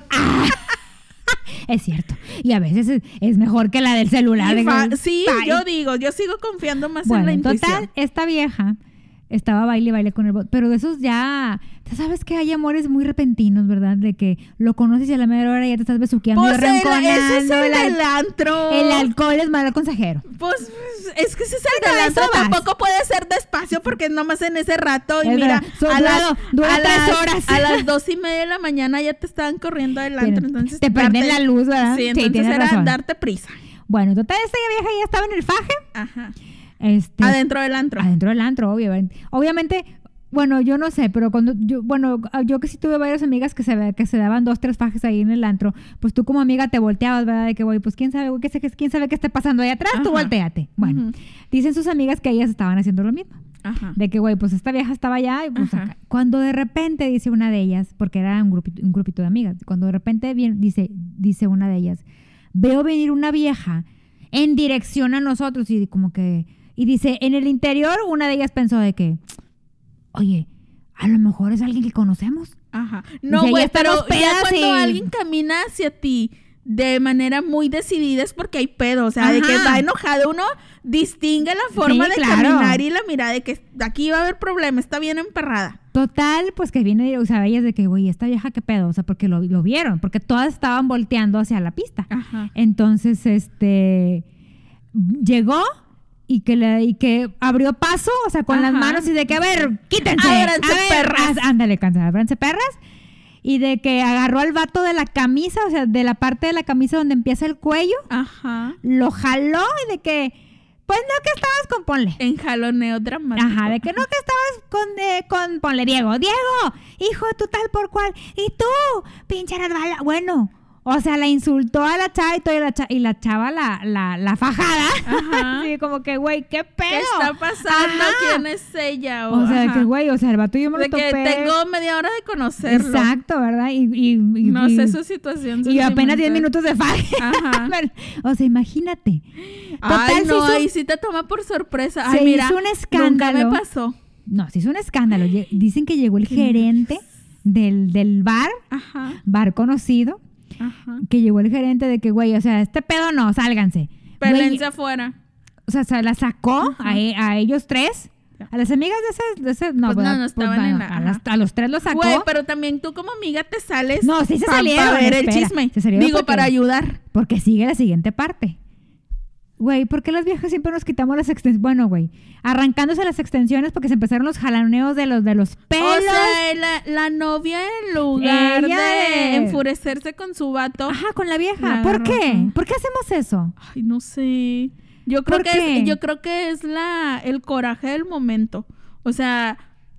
Es cierto. Y a veces es, es mejor que la del celular. Y de fa- que- sí, Ay. yo digo, yo sigo confiando más en Bueno, la en intuición. total, esta vieja estaba baile, baile con el bot. Pero de esos ya, tú sabes que hay amores muy repentinos, ¿verdad? De que lo conoces y a la media hora ya te estás besuqueando Pues y arrinconando. ese es el al- del antro. El alcohol es mal consejero. Pues es que ese es el Bueno, del antro. eso vas. Tampoco puede ser despacio porque es nomás en ese rato. Y Es mira, verdad. So- a, dura- las, dura a, tres las, horas. a las dos y media de la mañana ya te estaban corriendo del antro. Entonces te prenden la luz, ¿verdad? Sí, entonces tienes era razón. darte prisa. Bueno, total, esta vieja ya estaba en el faje. Ajá. Este, Adentro del antro. Adentro del antro, obviamente. Obviamente, bueno, yo no sé, pero cuando yo, bueno, yo que sí tuve varias amigas que se, que se daban dos, tres fajes ahí en el antro, pues tú como amiga te volteabas, ¿verdad? De que, güey, pues quién sabe, güey, qué sé- quién sabe qué esté pasando ahí atrás, Ajá. tú volteate. Bueno, Ujú. dicen sus amigas que ellas estaban haciendo lo mismo. Ajá. De que, güey, pues esta vieja estaba allá y pues Ajá. acá. Cuando de repente dice una de ellas, porque era un grupito, un grupito de amigas, cuando de repente bien, dice, dice una de ellas, veo venir una vieja en dirección a nosotros y como que, y dice, en el interior una de ellas pensó de que, oye, a lo mejor es alguien que conocemos. Ajá. Dice, No, ya güey, pero estamos ya pedas cuando y- alguien camina hacia ti de manera muy decidida es porque hay pedo, o sea, de que Ajá. está enojado, uno distingue la forma Sí, de claro. caminar y la mirada de que aquí va a haber problema, está bien emperrada. Total, pues que viene, o sea, ellas de que, güey, esta vieja qué pedo, o sea, porque lo, lo vieron, porque todas estaban volteando hacia la pista. Ajá. Entonces, este, llegó y que le, y que abrió paso, o sea, con Ajá. las manos y de que, a ver, quítense. Ábranse, a ver, perras. haz- ándale, cansa, ábranse, perras. Y de que agarró al vato de la camisa, o sea, de la parte de la camisa donde empieza el cuello, Ajá. lo jaló y de que, pues no que estabas con ponle. En jaloneo dramático. Ajá, de que no que estabas con, eh, con ponle Diego. Diego, hijo de tu tal por cual. Y tú, pinche resbala. Bueno, o sea, la insultó a la chava y, todo, y, la, cha- y la chava la, la, la fajada. Ajá. Así como que, güey, ¿qué pedo? ¿Qué está pasando? Ajá. ¿Quién es ella? O sea, de ajá. que, güey, o sea, el vato yo me lo de que topé. tengo media hora de conocerlo. Exacto, ¿verdad? Y, y, y- No y- sé su situación. Y apenas diez sentimental. minutos de faje. Ajá. O sea, imagínate. Ay, se no, hizo- ahí sí te toma por sorpresa. se Ay, mira, hizo un escándalo. nunca me pasó. No, se hizo un escándalo. Lle- Dicen que llegó el gerente del, del bar, Ajá, bar conocido, ajá. que llegó el gerente de que, güey, o sea, este pedo no, sálganse. Güey, Pélense afuera. o sea, se la sacó Ajá. a, e- a ellos tres. Ya. A las amigas de ese, de ese no, Pues no, ¿verdad? no estaban bueno, en la- a, las- ajá. a los tres los sacó. Güey, pero también tú como amiga te sales No, sí se pa- salieron, pa ver el espera, chisme. se salieron Digo, porque- para ayudar. Porque sigue la siguiente parte. Güey, ¿por qué las viejas siempre nos quitamos las extensiones? Bueno, güey, arrancándose las extensiones porque se empezaron los jalaneos de los de los pelos. O sea, la, la novia en lugar Ella de de- enfurecerse con su vato. Ajá, con la vieja. La ¿Por agarró, qué? ajá. ¿Por qué hacemos eso? Ay, no sé. Yo creo ¿Por que qué? es, yo creo que es la el coraje del momento. O sea,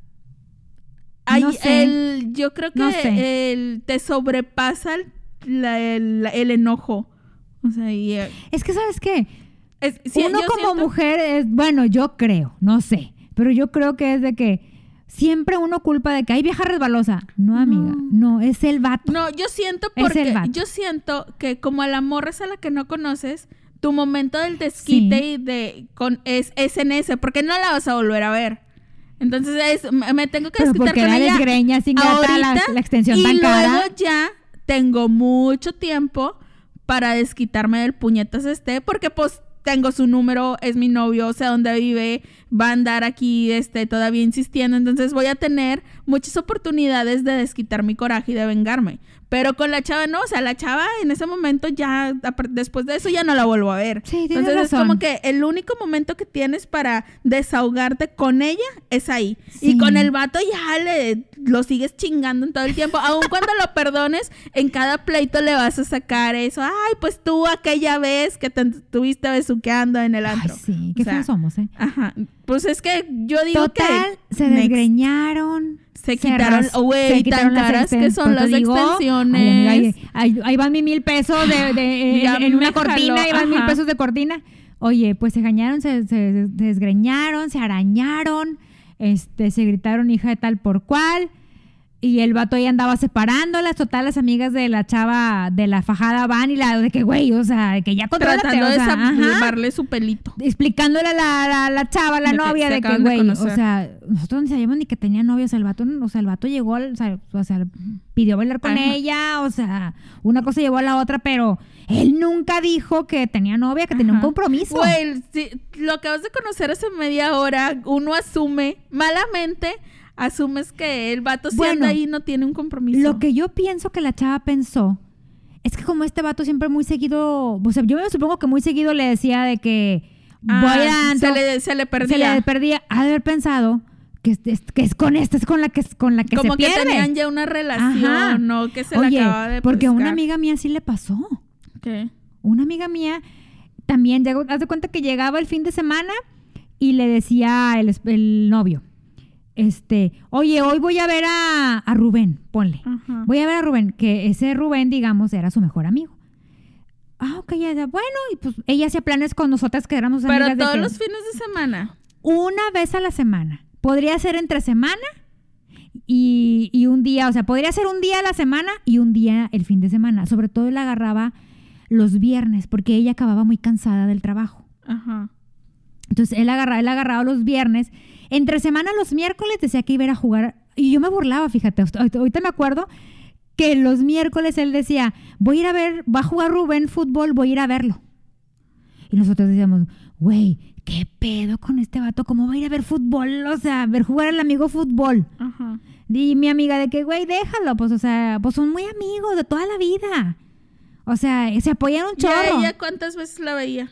hay No sé. el yo creo que No sé. el te sobrepasa el, la- el, el enojo. O sea, y eh, Es que, ¿sabes qué? es, sí, Uno yo como siento- mujer es, bueno, yo creo, no sé, pero yo creo que es de que siempre uno culpa de que hay vieja resbalosa. No, amiga, no, es el vato. No, yo siento Es porque el vato. yo siento que como a la morra es a la que no conoces, tu momento del desquite Sí. y de con es, es en ese, porque no la vas a volver a ver. Entonces es, me me tengo que Pero desquitar porque con la ella desgreña sin gata, la, ahorita, la extensión y tan luego cara. ya tengo mucho tiempo para desquitarme del puñetas este, porque pues tengo su número, es mi novio, sé dónde vive, va a andar aquí este, todavía insistiendo, entonces voy a tener muchas oportunidades de desquitar mi coraje y de vengarme. Pero con la chava no, o sea, la chava en ese momento ya, apar- después de eso ya no la vuelvo a ver. Sí, tienes Entonces es razón. como que el único momento que tienes para desahogarte con ella es ahí. Sí. Y con el vato ya le lo sigues chingando en todo el tiempo. Aun cuando lo perdones, en cada pleito le vas a sacar eso. Ay, pues tú aquella vez que te estuviste besuqueando en el Ay, antro. sí, qué O sea, feos somos, ¿eh? Ajá. Pues es que yo digo Total, que se next. desgreñaron. Se quitaron, ras- güey, se tan quitaron las caras que exten- son por las eso digo, extensiones. ay, amiga, ahí, ahí- ahí van mi mil pesos de, de- Ya en, en una me cortina, jaló, ahí van mil ajá. pesos de cortina. Oye, pues se gañaron, se, se desgreñaron, se arañaron, este, se gritaron hija de tal por cual. Y el vato ahí andaba separándolas, total, las amigas de la chava de la fajada van y la de que, güey, o sea, que ya contrólate, Tratando o de sea, salvarle su pelito. explicándole a la, la, la chava, la De que novia, se de que, acaban de güey, o conocer. sea, nosotros no sabíamos ni que tenía novia, o sea, el vato, o sea, el vato llegó, al- o sea, o sea, pidió bailar con Ajá. ella, o sea, una cosa llevó a la otra, pero él nunca dijo que tenía novia, que tenía un Ajá. compromiso. Güey, si lo acabas de conocer hace media hora, uno asume, malamente, asumes que el vato si Bueno, anda ahí no tiene un compromiso. Lo que yo pienso que la chava pensó es que como este vato siempre muy seguido, o sea, yo me supongo que muy seguido le decía de que Ah, voy a se le, se le perdía. se le perdía, ha de haber pensado que es, es- que es con esta, es con la que es con la que Como se que pierde. tenían ya una relación, Ajá. no que se Oye, le acaba de porque a una pescar. amiga mía sí le pasó. ¿Qué? Una amiga mía también llegó, haz de cuenta que llegaba el fin de semana y le decía el, el novio, este, oye, hoy voy a ver a, a Rubén, ponle. Ajá. Voy a ver a Rubén, que ese Rubén, digamos, era su mejor amigo. Ah, ok, ya, ya, bueno, y pues ella hacía planes con nosotras que éramos Pero amigas de todos que los fines de semana. una vez a la semana. Podría ser entre semana y, y un día, o sea, podría ser un día a la semana y un día el fin de semana. Sobre todo él agarraba los viernes, porque ella acababa muy cansada del trabajo. Ajá. Entonces él agarraba, él agarraba los viernes. Entre semana, los miércoles, decía que iba a ir a jugar. Y yo me burlaba, fíjate. Ahorita ahorita me acuerdo que los miércoles él decía, voy a ir a ver, va a jugar Rubén fútbol, voy a ir a verlo. Y nosotros decíamos, güey, ¿qué pedo con este vato? ¿Cómo va a ir a ver fútbol? O sea, ver jugar al amigo fútbol. Ajá. Y mi amiga de que, güey, déjalo. Pues, o sea, pues son muy amigos de toda la vida. O sea, se apoyan un chorro. ¿Ya ella cuántas veces la veía?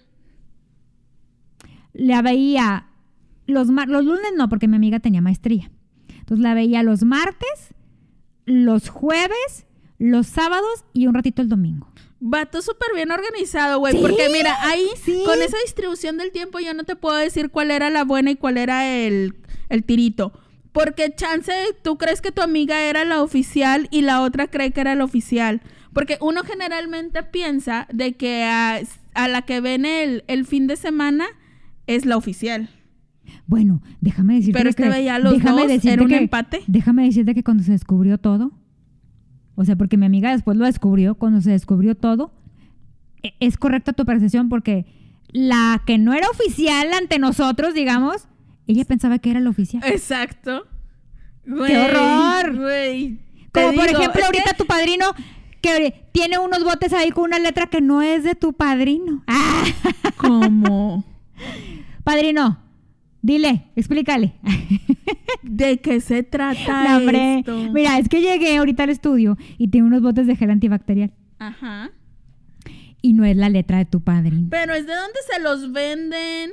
La veía los, mar- los lunes no, porque mi amiga tenía maestría. Entonces la veía los martes, los jueves, los sábados y un ratito el domingo. Vato súper bien organizado, güey. Sí, Porque mira, ahí sí. con esa distribución del tiempo yo no te puedo decir cuál era la buena y cuál era el, el tirito. Porque chance, tú crees que tu amiga era la oficial y la otra cree que era la oficial. Porque uno generalmente piensa de que a, a la que ven el, el fin de semana es la oficial. Bueno, déjame decirte Pero que... este veía a los déjame dos, decirte era un que- empate. Déjame decirte que cuando se descubrió todo, o sea, porque mi amiga después lo descubrió, cuando se descubrió todo, e- es correcta tu percepción porque la que no era oficial ante nosotros, digamos, ella pensaba que era la oficial. Exacto. ¡Qué Güey, horror! güey. Te Como por digo, ejemplo es ahorita que- tu padrino que tiene unos botes ahí con una letra que no es de tu padrino. Ah, ¿Cómo? padrino, dile, explícale. ¿De qué se trata No, hombre. esto? Mira, es que llegué ahorita al estudio y tiene unos botes de gel antibacterial Ajá. y no es la letra de tu padrino. Pero es de donde se los venden.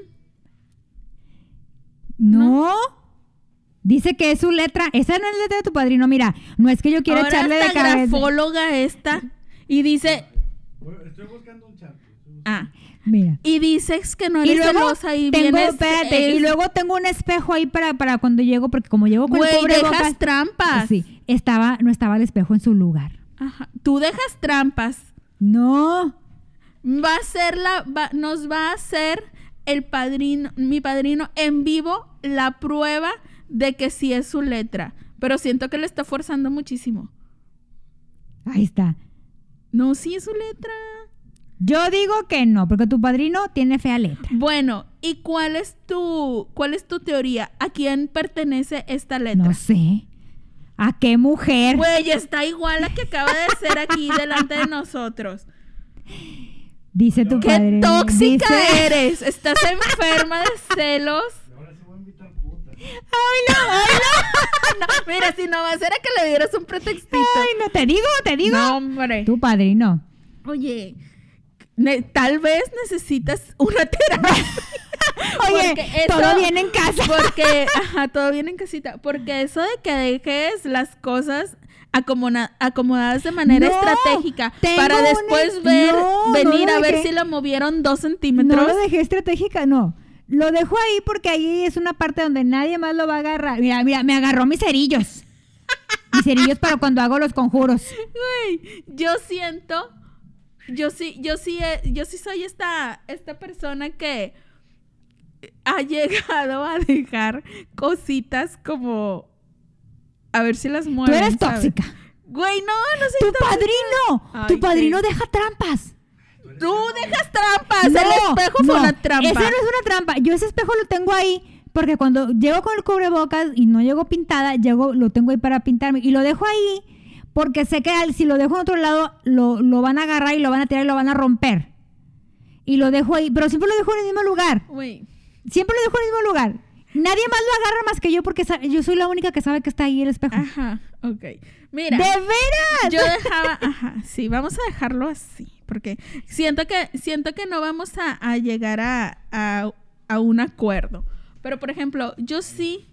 No. Dice que es su letra. Esa no es la letra de tu padrino. Mira, no es que yo quiera Ahora echarle de esta cabeza. grafóloga esta y dice, Bueno, estoy buscando un chat. estoy buscando- ah, Mira. y dices que no Y eres luego celosa y tengo, vienes, espérate, es- y luego tengo un espejo ahí para, para cuando llego, porque como llego con el güey, cubrebocas, dejas trampas. sí, estaba, no estaba el espejo en su lugar. Ajá. Tú dejas trampas. No. Va a ser la, va- nos va a hacer el padrino, mi padrino en vivo la prueba de que sí es su letra. Pero siento que le está forzando muchísimo. Ahí está. No, sí es su letra. Yo digo que no, porque tu padrino tiene fea letra. Bueno, ¿y cuál es tu, cuál es tu teoría? ¿A quién pertenece esta letra? No sé. ¿A qué mujer? Güey, está igual a que acaba de ser aquí delante de nosotros. Dice tu ¡Qué padrino. tóxica Dice- eres! Estás enferma de celos. Y ahora sí voy a invitar putas. Ay, no, ay, no. No, mira, si no va a ser a que le dieras un pretextito. Ay, no, te digo, te digo. No, hombre. Tu padrino. Oye, ne- tal vez necesitas una terapia. Oye, Porque eso- todo viene en casa. Porque, ajá, todo viene en casita. Porque eso de que dejes las cosas acomoda- acomodadas de manera No, estratégica tengo para una- después ver, no, no venir lo a ver dejé. si la movieron dos centímetros. No lo dejé estratégica, no. Lo dejo ahí porque ahí es una parte donde nadie más lo va a agarrar. Mira, mira, me agarró mis cerillos. Mis cerillos para cuando hago los conjuros. Güey, yo siento, yo sí, yo sí, eh, yo sí soy esta, esta persona que ha llegado a dejar cositas como A ver si las Tú mueven. eres ¿sabes? tóxica. Güey, no, no soy ¡Tu tóxica. padrino! Ay, ¡Tu padrino qué- deja trampas! Tú dejas trampas. El espejo fue no, una trampa. Ese no es una trampa. Yo ese espejo lo tengo ahí porque cuando llego con el cubrebocas y no llego pintada, llego, lo tengo ahí para pintarme y lo dejo ahí porque sé que al- si lo dejo en otro lado lo, lo van a agarrar y lo van a tirar y lo van a romper. Y lo dejo ahí, pero siempre lo dejo en el mismo lugar. Güey. Siempre lo dejo en el mismo lugar. Nadie más lo agarra más que yo porque sa- yo soy la única que sabe que está ahí el espejo. Ajá, ok. Mira. ¡De veras! Yo dejaba, ajá, sí, vamos a dejarlo así, porque siento que, siento que no vamos a, a llegar a, a, a un acuerdo. Pero, por ejemplo, yo sí...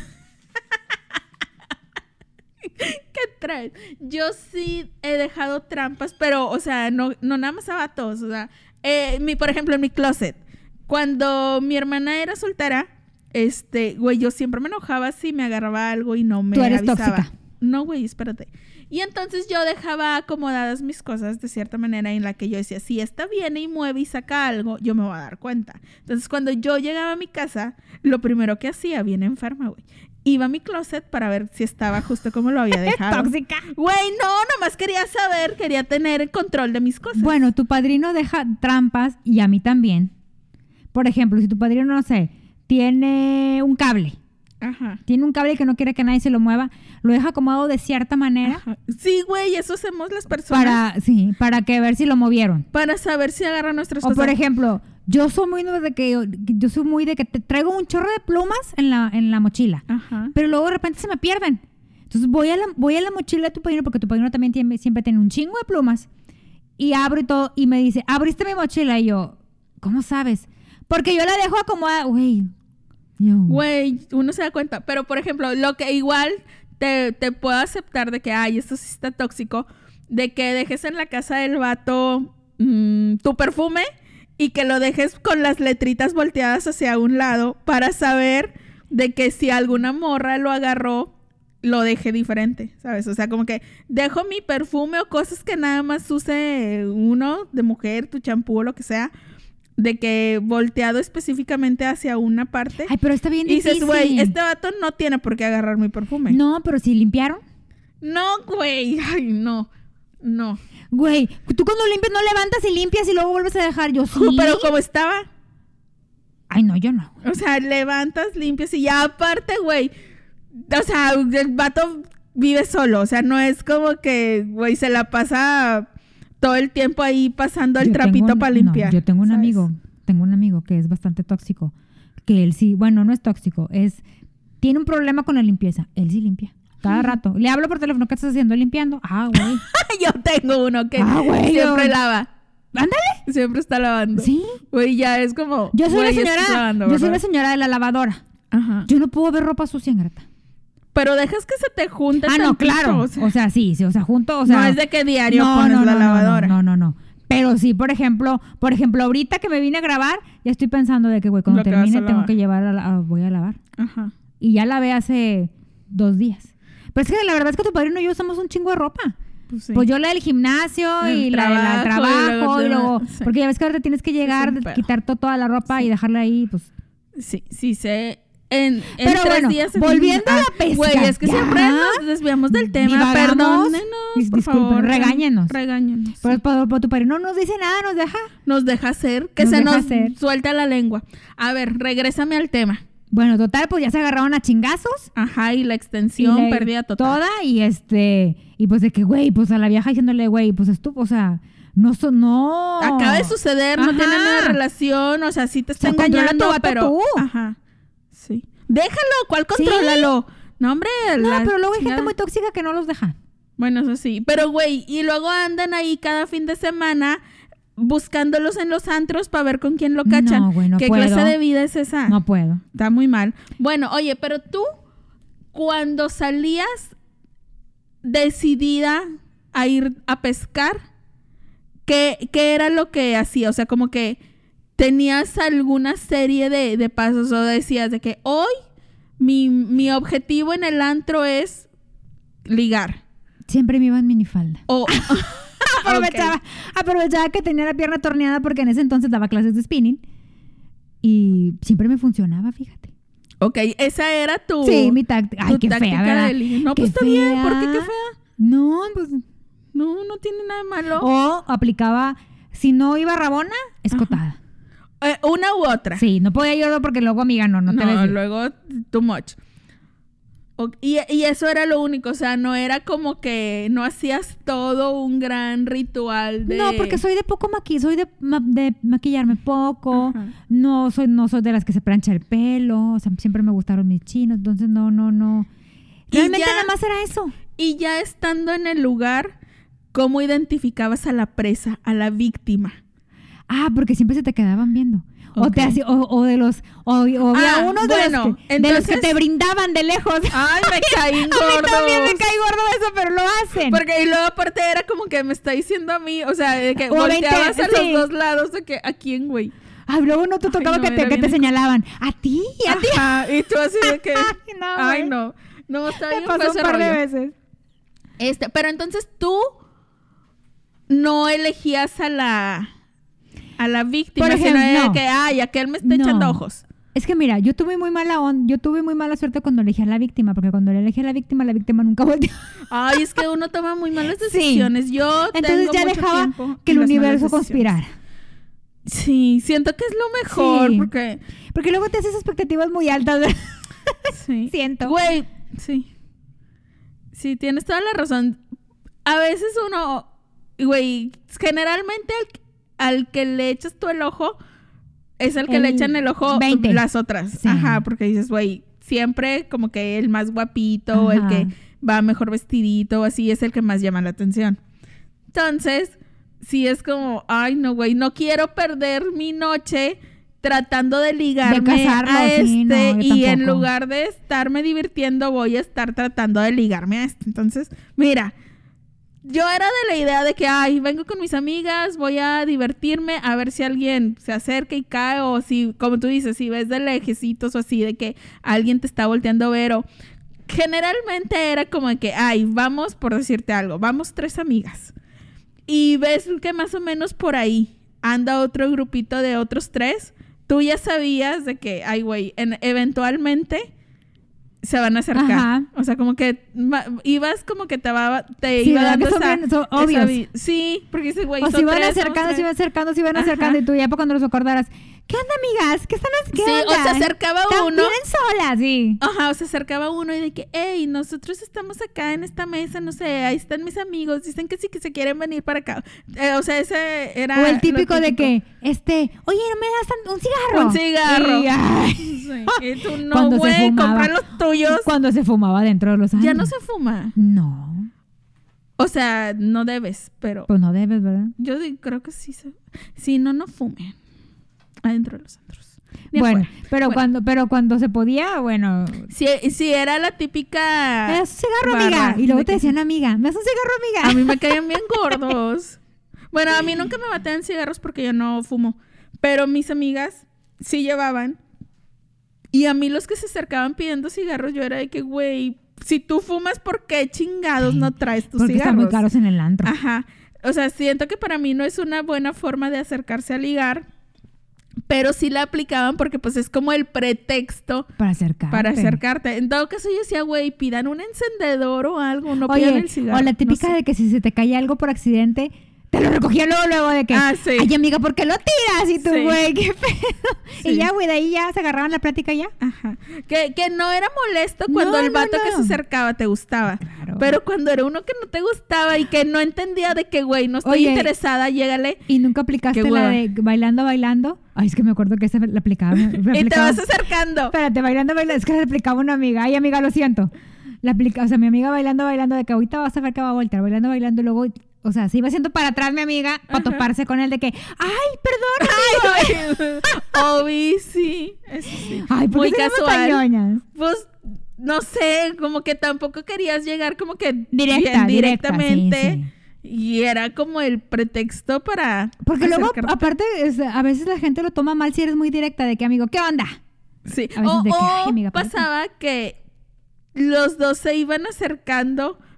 ¿Qué traes? Yo sí he dejado trampas, pero, o sea, no, no nada más a vatos, o sea, eh, mi, por ejemplo, en mi closet, cuando mi hermana era soltera, este, güey, yo siempre me enojaba si me agarraba algo y no me Tú eres avisaba. tóxica. No, güey, espérate. Y entonces yo dejaba acomodadas mis cosas de cierta manera en la que yo decía, si esta viene y mueve y saca algo, yo me voy a dar cuenta. Entonces cuando yo llegaba a mi casa, lo primero que hacía, bien enferma, güey, iba a mi closet para ver si estaba justo como lo había dejado. tóxica. Güey, no, nomás quería saber, quería tener el control de mis cosas. Bueno, tu padrino deja trampas y a mí también. Por ejemplo, si tu padrino, no sé, tiene un cable, Ajá. tiene un cable que no quiere que nadie se lo mueva, lo deja acomodado de cierta manera Ajá. Sí, güey, eso hacemos las personas para, para, sí, para que ver si lo movieron. para saber si agarran nuestras O cosas. por ejemplo, yo soy muy de que yo soy muy de que te traigo un chorro de plumas en la, en la mochila, Ajá. pero luego de repente se me pierden. Entonces voy a la, voy a la mochila de tu padrino porque tu padrino también tiene, siempre tiene un chingo de plumas y abro y todo y me dice, abriste mi mochila y yo, ¿cómo sabes? Porque yo la dejo acomodada, güey. Yo. Güey, uno se da cuenta. Pero, por ejemplo, lo que igual te, te puedo aceptar de que, ay, esto sí está tóxico, de que dejes en la casa del vato mmm, tu perfume y que lo dejes con las letritas volteadas hacia un lado para saber de que si alguna morra lo agarró, lo deje diferente, ¿sabes? O sea, como que dejo mi perfume o cosas que nada más use uno de mujer, tu champú o lo que sea, de que volteado específicamente hacia una parte. Ay, pero está bien Y difícil. dices, güey, este vato no tiene por qué agarrar mi perfume. No, pero si limpiaron. No, güey. Ay, no. No. Güey, tú cuando limpias no levantas y limpias y luego vuelves a dejar. Yo sí. Pero como estaba. Ay, no, yo no. O sea, levantas, limpias y ya aparte, güey. O sea, el vato vive solo. O sea, no es como que, güey, se la pasa todo el tiempo ahí pasando el Yo trapito tengo un- para limpiar. no, yo tengo un ¿sabes? amigo, tengo un amigo que es bastante tóxico. Que él sí, bueno, no es tóxico, es tiene un problema con la limpieza. Él sí limpia. Cada rato. Le hablo por teléfono, ¿qué estás haciendo? Limpiando. Ah, güey. Yo tengo uno que Ah, güey, siempre yo- lava. Ándale. Siempre está lavando. Sí. Güey, ya es como. Yo soy la güey, estás señora, lavando, yo soy ¿verdad? la señora de la lavadora. Ajá. Yo no puedo ver ropa sucia, Greta. Pero dejas que se te junte. Ah, no, tantito, claro. o sea, O sea, sí, sí, o sea, junto, o sea. no es de que diario no, pones no, la no, lavadora. No, no, no, no. Pero sí, por ejemplo, por ejemplo, ahorita que me vine a grabar, ya estoy pensando de que, güey, cuando Lo que vas a termine tengo lavar. que llevar a, la, a- voy a lavar. Ajá. Y ya lavé hace dos días. Pero es que la verdad es que tu padrino y yo usamos un chingo de ropa. Pues, sí. Pues yo la del gimnasio El y la del trabajo, y trabajo luego y te- luego... sí. Porque ya ves que ahora te tienes que llegar, un de- pedo. quitar to- toda la ropa Sí. y dejarla ahí, pues... Sí, sí, sé. En, en Pero tres bueno, días. volviendo a la Ah, pesca, Güey, es que ya. siempre nos desviamos del tema. Divagamos. Perdónenos, Dis- por disculpen, favor. regáñenos. Regáñenos. Pero, pero- pero tu padrino no nos dice nada, nos deja... Nos deja hacer, que Nos se deja nos hacer. suelta la lengua. A ver, regrésame al tema. Bueno, total, pues ya se agarraron a chingazos. Ajá, y la extensión y la- perdida total. Toda y este... Y pues de que, güey, pues a la vieja diciéndole, güey, pues esto, o sea... No, so- no. Acaba de suceder, no Ajá. tiene nada de relación, o sea, sí te está O sea, controla engañando, tu vato pero... tú. Ajá, sí. Déjalo, ¿cuál Sí. contrólalo? No, hombre. No, la pero luego hay gente chingada. muy tóxica que no los deja. Bueno, eso sí. Pero, güey, y luego andan ahí cada fin de semana buscándolos en los antros para ver con quién lo cachan. No, güey, no ¿Qué puedo. clase de vida es esa? No puedo. Está muy mal. Bueno, oye, pero tú, cuando salías decidida a ir a pescar, ¿qué, qué era lo que hacía? O sea, como que tenías alguna serie de, de pasos o decías de que hoy mi, mi objetivo en el antro es ligar. Siempre me iba en minifalda. O aprovechaba, Ok. aprovechaba que tenía la pierna torneada porque en ese entonces daba clases de spinning. Y siempre me funcionaba, fíjate. Ok, esa era tu... Sí, mi táctica. Ay, tu qué táctica fea, ¿verdad? de ligue. No, Qué pues está bien. fea. ¿Por qué qué fea? No, pues... No, no tiene nada de malo. O aplicaba, si no iba rabona, escotada. Eh, una u otra. Sí, no podía yo porque luego, amiga, no, no te ves No, bien. luego too much. O- y, y eso era lo único, o sea, no era como que no hacías todo un gran ritual de... No, porque soy de poco maquillaje, soy de, ma- de maquillarme poco, Ajá. no soy, no soy de las que se plancha el pelo, o sea, siempre me gustaron mis chinos, entonces no, no, no. Y Realmente ya- nada más era eso. Y ya estando en el lugar, ¿cómo identificabas a la presa, a la víctima? Ah, porque siempre se te quedaban viendo. O Ok. te hacía, o, o de los, o, o había Ah, unos de, bueno, los que, de los que entonces- te brindaban de lejos. Ay, me caí A mí gordo. también me cae gordo eso, pero lo hacen. Porque y luego aparte era como que me está diciendo a mí, o sea, de que O veinte, volteabas a sí. los dos lados de que, ¿a quién, güey? Ay, luego no te Ay, tocaba no, que te, era que te bien señalaban. A ti, a ti. Ajá, y tú así de que... Ay, no, Ay, güey. no. No, está Me bien pasó fue un ese par de rollo. veces. Este, pero entonces tú no elegías a la a la víctima, Por sino ejemplo, de no. que, ay, aquel me está No. echando ojos. Es que mira, yo tuve muy mala on- yo tuve muy mala suerte cuando elegí a la víctima, porque cuando le elegí a la víctima, la víctima nunca volteó. Ay, es que uno toma muy malas Sí. decisiones. Yo Entonces tengo ya mucho dejaba tiempo que en el las malas universo decisiones. conspirara. Sí, siento que es lo mejor Sí. porque Porque luego te haces expectativas muy altas. sí. Siento. Güey, sí. Sí, tienes toda la razón. A veces uno, güey, generalmente al, al que le echas tú el ojo es el que El le echan el ojo veinte. las otras. Sí. Ajá, porque dices, güey, siempre como que el más guapito, el Ajá. que va mejor vestidito, así es el que más llama la atención. Entonces, sí es como, ay, no, güey, no quiero perder mi noche tratando de ligarme casarlo, a este sí, no, yo y en tampoco. lugar de estarme divirtiendo voy a estar tratando de ligarme a este. Entonces, mira, yo era de la idea de que, ay, vengo con mis amigas, voy a divertirme, a ver si alguien se acerca y cae, o si, como tú dices, si ves de lejecitos o así, de que alguien te está volteando a ver, o generalmente era como de que, ay, vamos, por decirte algo, vamos tres amigas, y ves que más o menos por ahí anda otro grupito de otros tres, tú ya sabías de que, ay, güey, en- eventualmente se van a acercar. Ajá. O sea, como que ma- ibas como que te, va, te Sí, iba ¿verdad dando que son esa, bien- son esa obvios? vi- Sí, porque dices, güey, O son si van tres, somos acercando, tres. si van acercando, si van Ajá. acercando, y tú ya para cuando los acordaras, ¿qué onda, amigas? ¿Qué están haciendo? Sí, o se acercaba uno. Vienen solas, sí. Ajá, o se acercaba uno y de que, hey, nosotros estamos acá en esta mesa, no sé, ahí están mis amigos, dicen que sí, que se quieren venir para acá. Eh, o sea, ese era O el lo típico de típico. que, este, oye, ¿no me das tan- un cigarro? Un cigarro. Y, ay, Sí. Y tú, no, Cuando se güey, fumaba. compra los tuyos. cuando se fumaba dentro de los años. Ya no se fuma. No, O sea, no debes, pero pues no debes, ¿verdad? yo di- creo que sí se... Si no, no fumen adentro de los centros. Ni Bueno, afuera. pero Bueno. cuando pero cuando se podía, bueno, Si, si era la típica... me das un cigarro, barra amiga. Y luego de te que- decían, amiga, me das un cigarro, amiga. A mí me caían bien gordos. Bueno, a mí nunca me batean cigarros porque yo no fumo. Pero mis amigas sí llevaban. Y a mí los que se acercaban pidiendo cigarros, yo era de que, güey, si tú fumas, ¿por qué chingados no traes tus Porque cigarros? están muy caros en el antro. Ajá. O sea, siento que para mí no es una buena forma de acercarse a ligar. Pero sí la aplicaban porque pues es como el pretexto Para acercarte. para acercarte. En todo caso yo decía, güey, pidan un encendedor o algo, no pidan Oye, el cigarro. o la típica no sé. de que si se te cae algo por accidente, te lo recogía luego, luego de que, Ah, sí. ay, amiga, ¿por qué lo tiras? Y tú, Sí. güey, qué pedo. Sí. Y ya, güey, de ahí ya se agarraban la plática ya. Ajá. Que, que no era molesto cuando No, el no, vato que no. se acercaba te gustaba. Claro. Pero cuando era uno que no te gustaba y que no entendía de que, güey, no estoy Oye, interesada, llégale. Y nunca aplicaste Qué la hueva. de bailando, bailando. Ay, es que me acuerdo que esa la aplicaba. la Y te aplicaba- vas acercando. Espérate, bailando, bailando. Es que la aplicaba una amiga. Ay, amiga, lo siento. La aplica, o sea, mi amiga bailando, bailando, de que ahorita vas a ver que va a voltear, bailando, bailando, y luego, o sea, se iba haciendo para atrás mi amiga para Ajá. toparse con él de que, ay, perdón, amigo. Obi, sí. Eso sí. Ay, ¿por Muy qué seremos tan casual. ñoñas? Pues, no sé, como que tampoco querías llegar como que Directa, bien directa, directamente. sí, sí. Y era como el pretexto para Porque luego, acercarte. aparte, es- a veces la gente lo toma mal si eres muy directa de que, amigo, ¿qué onda? Sí. A veces O, de que, o ay, amiga, ¿por qué? pasaba que los dos se iban acercando,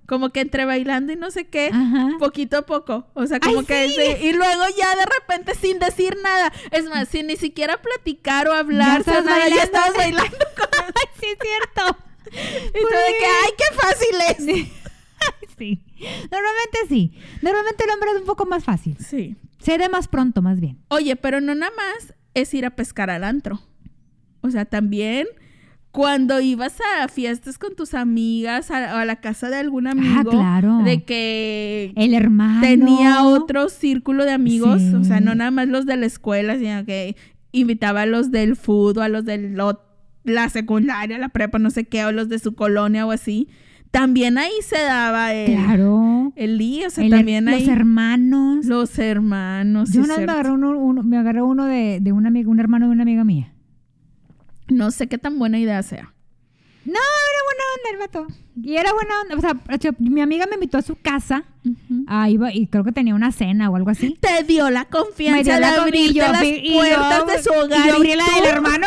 como que entre bailando y no sé qué, Ajá. poquito a poco. O sea, como Ay, que sí. sí, y luego ya de repente sin decir nada. Es más, sin ni siquiera platicar o hablar, Ya o sea, estás nada, ya bailando. estabas bailando. Ay, sí, es cierto. Y tú de que, ay, qué fácil es. Sí. Normalmente sí. Normalmente el hombre es un poco más fácil. Sí. Cede más pronto, más bien. Oye, pero no nada más es ir a pescar al antro. O sea, también cuando ibas a fiestas con tus amigas, a, a la casa de algún amigo, Ah, claro. de que El hermano. tenía otro círculo de amigos, Sí. o sea, no nada más los de la escuela, sino que invitaba a los del fútbol, a los de lo- la secundaria, la prepa, no sé qué, o los de su colonia o así. También ahí se daba el, Claro. el lío, o sea, El her- también ahí los hermanos. los hermanos. sí Yo es una vez me cierto. agarré uno, uno- me agarré uno de, de una amiga, un hermano de una amiga mía. No sé qué tan buena idea sea. No, era buena onda el vato. Y era buena onda. O sea, yo- mi amiga me invitó a su casa. Ah, iba, y creo que tenía una cena o algo así. Te dio la confianza Me dio de la confi- abrirte y yo las fui- y yo- puertas de su hogar. Y yo abrí la tú- del hermano.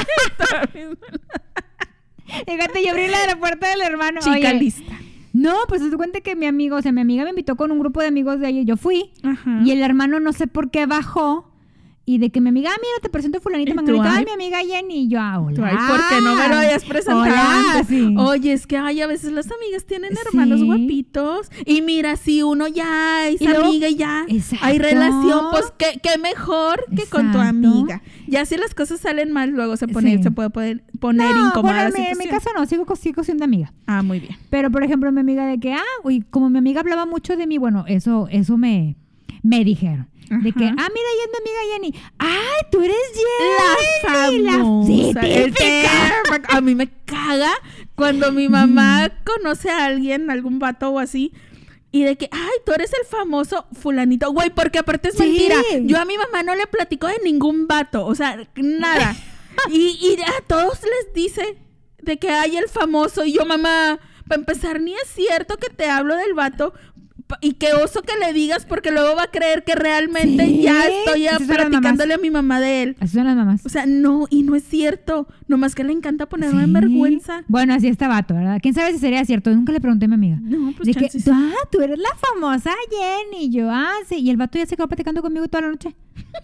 Fíjate, yo abrí la de la puerta del hermano. Chica Oye, lista. no, pues se cuenta que mi amigo, o sea, mi amiga me invitó con un grupo de amigos de ella. Yo fui. Ajá. Y el hermano no sé por qué bajó. Y de que mi amiga, ah, mira, te presento a fulanita, ¿Y tú, manganita. ay? Ay, mi amiga Jenny. Y yo, ah, hola. Tú, ay, ¿por qué no me lo hayas presentado Hola, antes? sí. Oye, es que ay, a veces las amigas tienen hermanos Sí. guapitos. Y mira, si uno ya es Y luego- amiga y ya Exacto. hay relación, pues qué, qué mejor que con tu Exacto. amiga. Ya si las cosas salen mal, luego se pone, Sí. se puede poner, poner No, incómoda bueno, la en mi- en mi situación. caso no, sigo, sigo siendo amiga. Ah, muy bien. Pero, por ejemplo, mi amiga de que, ah, uy, como mi amiga hablaba mucho de mí, bueno, eso, eso me, me dijeron. De que, ah, Ajá. mira, ella es mi amiga Jenny. ¡Ay, tú eres La Jenny! famosa. Sí, el típica. que- a mí me caga cuando mi mamá conoce a alguien, algún vato o así, y de que, ay, tú eres el famoso fulanito. Güey, porque aparte es Sí. mentira. Yo a mi mamá no le platico de ningún vato, o sea, nada. y, y a todos les dice de que hay el famoso. Y yo, mamá, para empezar, ni es cierto que te hablo del vato. pa- Y qué oso que le digas, porque luego va a creer que realmente Sí. ya estoy Así son las platicándole a mi mamá de él. Así son las mamás. O sea, no, y no es cierto. Nomás que le encanta ponerme en Sí. vergüenza. Bueno, así está vato, ¿verdad? ¿Quién sabe si sería cierto? Nunca le pregunté a mi amiga. No, pues de que, chance sí. tú, ah, tú eres la famosa Jenny. Y yo, ah, sí. Y el vato ya se quedó platicando conmigo toda la noche.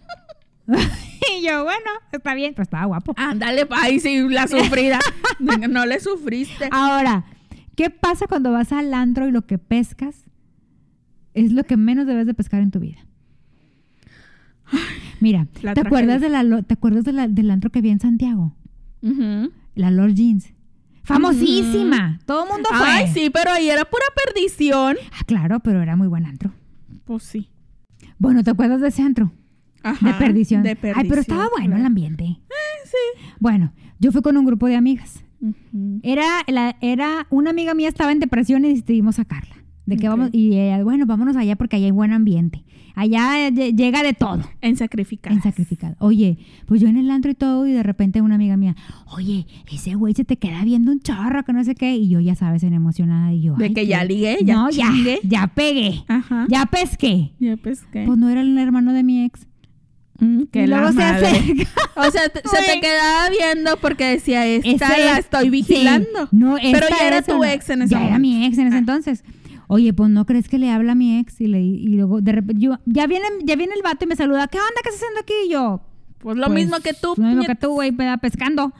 Y yo, bueno, está bien, pero estaba guapo. Ándale, ay, sí, la sufrida. No le sufriste. Ahora, ¿qué pasa cuando vas al antro y lo que pescas es lo que menos debes de pescar en tu vida? Mira, La ¿te tragedia. acuerdas, de la, lo- ¿te acuerdas de la- del antro que vi en Santiago? Ujú. La Lord Jeans. Famosísima. Todo el mundo fue. Ay, sí, pero ahí era pura perdición. Ah, claro, pero era muy buen antro. Pues sí. Bueno, ¿te acuerdas de ese antro? Ajá, De perdición. De perdición. Ay, pero estaba bueno el claro. ambiente. Eh, sí. Bueno, yo fui con un grupo de amigas. Ujú. Era, la, era una amiga mía estaba en depresión y decidimos sacarla. De que Ok. vamos, y ella, bueno, vámonos allá porque allá hay buen ambiente. Allá lle- llega de todo. En sacrificar. En sacrificado. Oye, pues yo en el antro y todo, y de repente una amiga mía, oye, ese güey se te queda viendo un chorro, que no sé qué. Y yo, ya sabes, en emocionada, y yo. De ay, que qué- ya ligué, ya No, ya, chingué. ya pegué. Ajá. Ya pesqué. Ya pesqué. Pues no era el hermano de mi ex. Mm, que y la luego se madre. acerca. O sea, te- se te Güey. quedaba viendo porque decía, esta Esa la es- estoy vigilando. sí. No, Pero esta ya era es tu una- ex en ese Ya era momento. mi ex en ese Ah. entonces. Oye, pues no crees que le habla a mi ex y, le, y luego de repente yo, ya viene, ya viene el vato y me saluda, ¿qué onda? ¿Qué estás haciendo aquí? Y yo, Pues lo pues, mismo que tú. Lo mismo que puñet- tú, güey, me da pescando.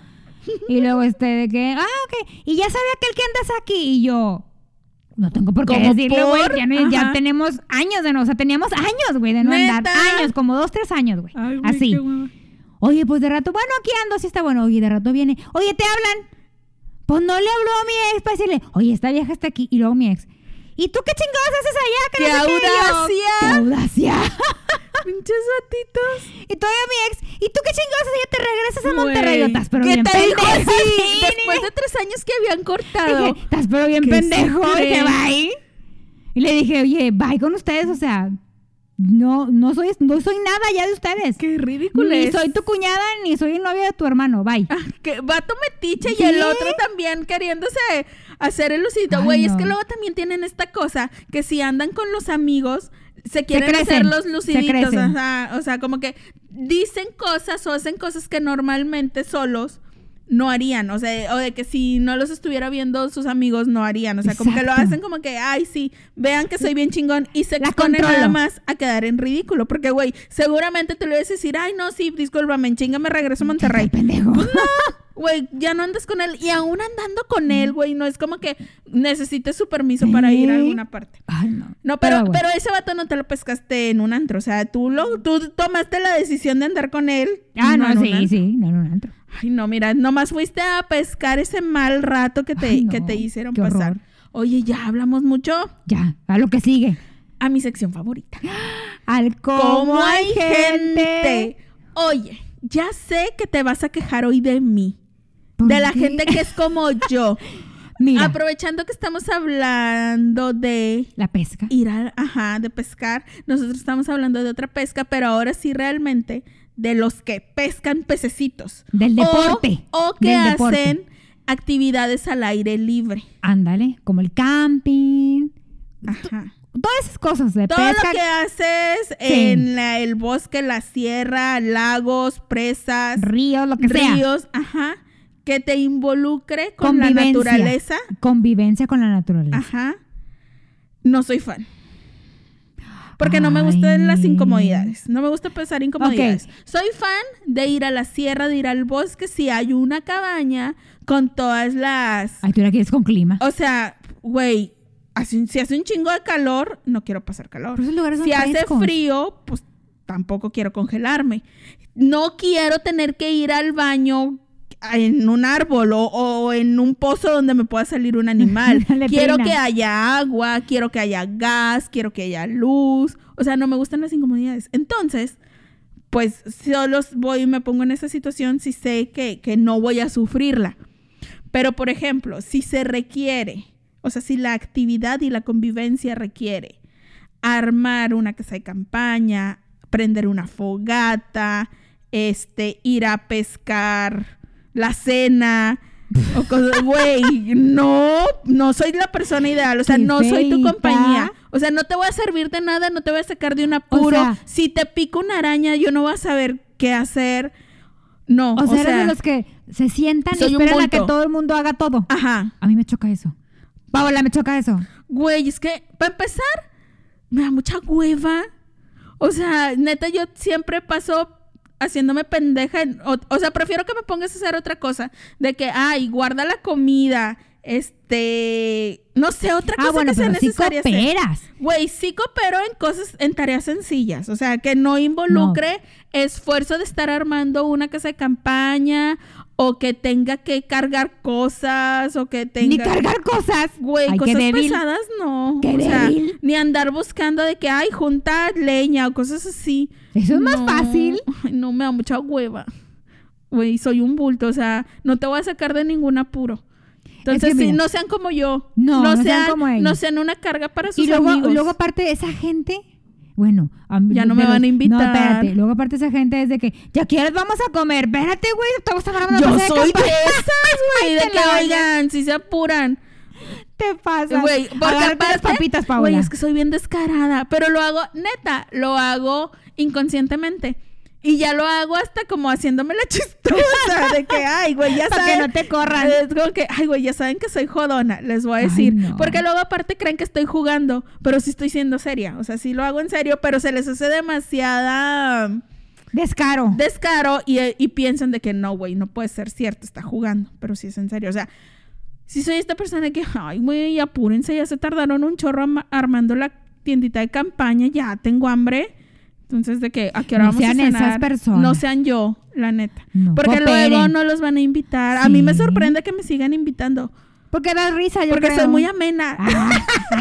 Y luego este de que, ah, ok. Y ya sabía que el que andas aquí. Y yo, no tengo por qué ¿Cómo decirle, güey. por? Ya, no- ya Ajá. tenemos años de no, o sea, teníamos años, güey, de no ¿Neta? andar. Años, como dos, tres años, güey. Ay, güey, Así. qué hueva. Oye, pues de rato, bueno, aquí ando, así está bueno. Oye, de rato viene, oye, ¿te hablan? Pues no le habló a mi ex para decirle, oye, esta vieja está aquí. Y luego mi ex, ¿y tú qué chingados haces allá? Que ¡Qué no sé qué?" Y yo, audacia! ¡Qué audacia! Pinches gatitos. Y todavía mi ex, ¿y tú qué chingados haces allá? Te regresas a Güey. Monterrey. Yo, estás pero ¿Qué bien te dijo pendejo. así? Sí, Después de tres años que habían cortado. dije, estás pero bien ¿Qué se pendejo. Y cree? que bye. Y le dije, oye, bye con ustedes, o sea, no, no soy, no soy nada ya de ustedes. Qué ridículo Ni es. soy tu cuñada, ni soy el novio de tu hermano, bye. Ah, que vato metiche ¿Sí? y el otro también queriéndose hacer el lucito. Ay, Güey, es no. que luego también tienen esta cosa que si andan con los amigos se quieren crecen, hacer los se luciditos. crecen. Ajá, o sea, como que dicen cosas o hacen cosas que normalmente solos no harían, o sea, o de que si no los estuviera viendo sus amigos no harían, o sea, como que lo hacen como que, ay, sí, vean que soy bien chingón y se exponen nada más a quedar en ridículo, porque, güey, seguramente te lo vas a decir, ay, no, sí, discúlpame, en chinga me regreso a Monterrey. Pendejo. Pues no, güey, ya no andas con él y aún andando con él, güey, no es como que necesites su permiso ¿Sí? para ir a alguna parte. Ay, no. No, pero, pero, bueno. pero ese vato no te lo pescaste en un antro, o sea, tú, lo, tú tomaste la decisión de andar con él. Ah, no, no sí, sí, no en un antro. Ay, no, mira, nomás fuiste a pescar ese mal rato que te, Ay, no, que te hicieron pasar. Horror. Oye, ya hablamos mucho. Ya, a lo que sigue. A mi sección favorita. Al cómo, ¿Cómo hay gente? gente. Oye, ya sé que te vas a quejar hoy de mí. De qué? La gente que es como yo. Mira. Aprovechando que estamos hablando de... La pesca. Ir a... Ajá, de pescar. Nosotros estamos hablando de otra pesca, pero ahora sí realmente... de los que pescan pececitos. Del deporte. O, o que hacen deporte. Actividades al aire libre. Ándale, como el camping. Ajá. Todas esas cosas de Todo pesca. lo que haces sí. en la, el bosque, la sierra, lagos, presas. Ríos, lo que sea. Ríos, ajá. Que te involucre con la naturaleza. Convivencia con la naturaleza. Ajá. No soy fan. Porque no me gustan las incomodidades. No me gusta pasar incomodidades. Okay. Soy fan de ir a la sierra, de ir al bosque si hay una cabaña con todas las... Ay, tú la quieres con clima. O sea, güey, si hace un chingo de calor, no quiero pasar calor. Pero esos lugares son si frescos. Hace frío, pues tampoco quiero congelarme. No quiero tener que ir al baño en un árbol o, o en un pozo donde me pueda salir un animal. Quiero que haya agua, quiero que haya gas, quiero que haya luz. O sea, no me gustan las incomodidades. Entonces, pues solo voy y me pongo en esa situación si sé que, que no voy a sufrirla. Pero, por ejemplo, si se requiere, o sea, si la actividad y la convivencia requiere armar una casa de campaña, prender una fogata, este, ir a pescar... la cena o cosas, güey, no, no soy la persona ideal, o sea, no soy tu compañía, o sea, no te voy a servir de nada, no te voy a sacar de un apuro, o sea, si te pica una araña, yo no voy a saber qué hacer, no, o, o sea, eres de los que se sientan y esperan a que todo el mundo haga todo. Ajá. A mí me choca eso. Paola, me choca eso. Güey, es que, para empezar, me da mucha hueva, o sea, neta, yo siempre paso haciéndome pendeja, o, o sea, prefiero que me pongas a hacer otra cosa, de que, ay, guarda la comida, este, no sé, otra cosa ah, bueno, que sea pero necesaria sí cooperas. Güey, sí coopero en cosas, en tareas sencillas, o sea, que no involucre no. esfuerzo de estar armando una casa de campaña, o que tenga que cargar cosas, o que tenga... Ni cargar cosas. Güey, ay, cosas pesadas, no. Qué o sea, débil. Ni andar buscando de que, ay, juntar leña o cosas así. Eso es no, más fácil. No, me da mucha hueva. Güey, soy un bulto, o sea, no te voy a sacar de ningún apuro. Entonces, es que, sí, mira, no sean como yo. No, no, no sean, sean como ellos. No sean una carga para sus y luego, amigos. Y luego, aparte de esa gente... Bueno, um, ya no me van a invitar. No, espérate. Luego, aparte, esa gente es de que ya quieres, vamos a comer. Espérate, güey. Estamos hablando Yo de soy de esas, güey. De que, oigan, si se apuran. Te pasa. Güey, porque aparte, las papitas, Paola. Güey, es que soy bien descarada. Pero lo hago, neta, lo hago inconscientemente. Y ya lo hago hasta como haciéndome la chistosa. De que, ay, güey, ya saben. Para que no te corran. Es como que, ay, güey, ya saben que soy jodona. Les voy a decir. Ay, no. Porque luego aparte creen que estoy jugando. Pero sí estoy siendo seria. O sea, sí lo hago en serio. Pero se les hace demasiada... Descaro. Descaro. Y, y piensan de que no, güey, no puede ser cierto. Está jugando. Pero sí es en serio. O sea, si soy esta persona que, ay, güey, apúrense. Ya se tardaron un chorro am- armando la tiendita de campaña. Ya tengo hambre. Entonces, de que a qué hora no vamos a cenar. No sean esas personas. No sean yo, la neta. No, porque cooperen. Luego no los van a invitar. Sí. A mí me sorprende que me sigan invitando. Porque da risa, yo Porque creo. soy muy amena. Ah.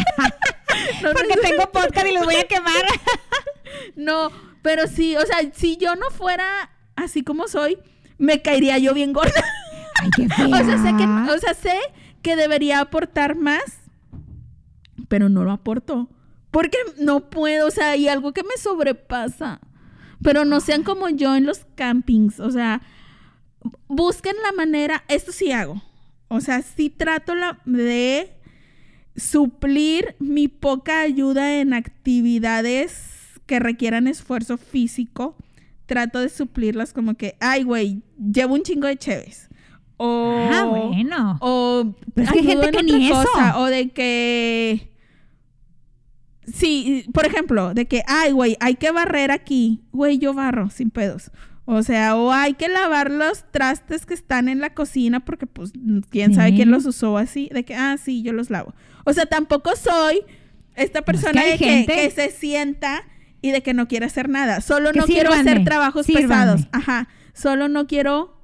no, porque no, tengo podcast y los voy a quemar. No, pero sí, o sea, si yo no fuera así como soy, me caería yo bien gorda. Ay, qué fea. O sea, sé que, o sea, sé que debería aportar más, pero no lo aporto. Porque no puedo, o sea, hay algo que me sobrepasa. Pero no sean como yo en los campings, o sea, busquen la manera, esto sí hago. O sea, sí trato la, de suplir mi poca ayuda en actividades que requieran esfuerzo físico. Trato de suplirlas como que, ay, güey, llevo un chingo de cheves. O, Ah, bueno. O Pero es que hay ayudo gente en que otra ni cosa, eso. O de que... Sí, por ejemplo, de que, ay, güey, hay que barrer aquí. Güey, yo barro, sin pedos. O sea, o hay que lavar los trastes que están en la cocina porque, pues, quién Sí. sabe quién los usó así. De que, ah, sí, yo los lavo. O sea, tampoco soy esta persona hay de que, gente- que se sienta y de que no quiere hacer nada. Solo Que no quiero sírvanme, hacer trabajos sírvanme. pesados. Ajá. Solo no quiero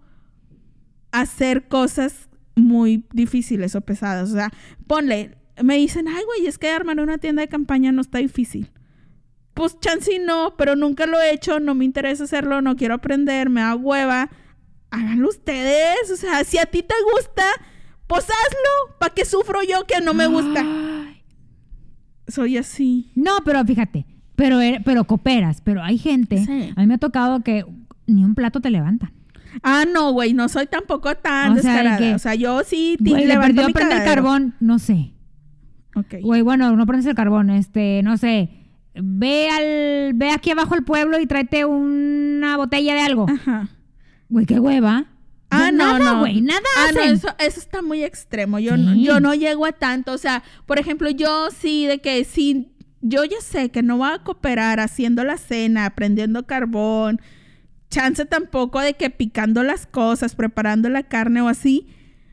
hacer cosas muy difíciles o pesadas. O sea, ponle, me dicen, ay, güey, es que armar una tienda de campaña no está difícil. Pues chance y no, pero nunca lo he hecho, no me interesa hacerlo, no quiero aprender, me da hueva. Háganlo ustedes. O sea, si a ti te gusta, pues hazlo. ¿Para qué sufro yo que no me gusta? Ay. Soy así. No, pero fíjate, pero, er- pero cooperas, pero hay gente, Sí. a mí me ha tocado que ni un plato te levantan. Ah, no, güey, no soy tampoco tan O sea, de descarada. que, o sea, yo sí ti- Güey, le levanto perdió mi prender el cagadero. carbón, no sé. Ok. Güey, bueno, no prendes el carbón, este, no sé. Ve al, ve aquí abajo al pueblo y tráete una botella de algo. Ajá. Güey, qué hueva. Ah, no, nada, no. güey, nada Ah, no, hacen. eso, eso está muy extremo. Yo, Sí. no, yo no llego a tanto. O sea, por ejemplo, yo sí, de que si yo ya sé que no voy a cooperar haciendo la cena, prendiendo carbón, chance tampoco de que picando las cosas, preparando la carne o así.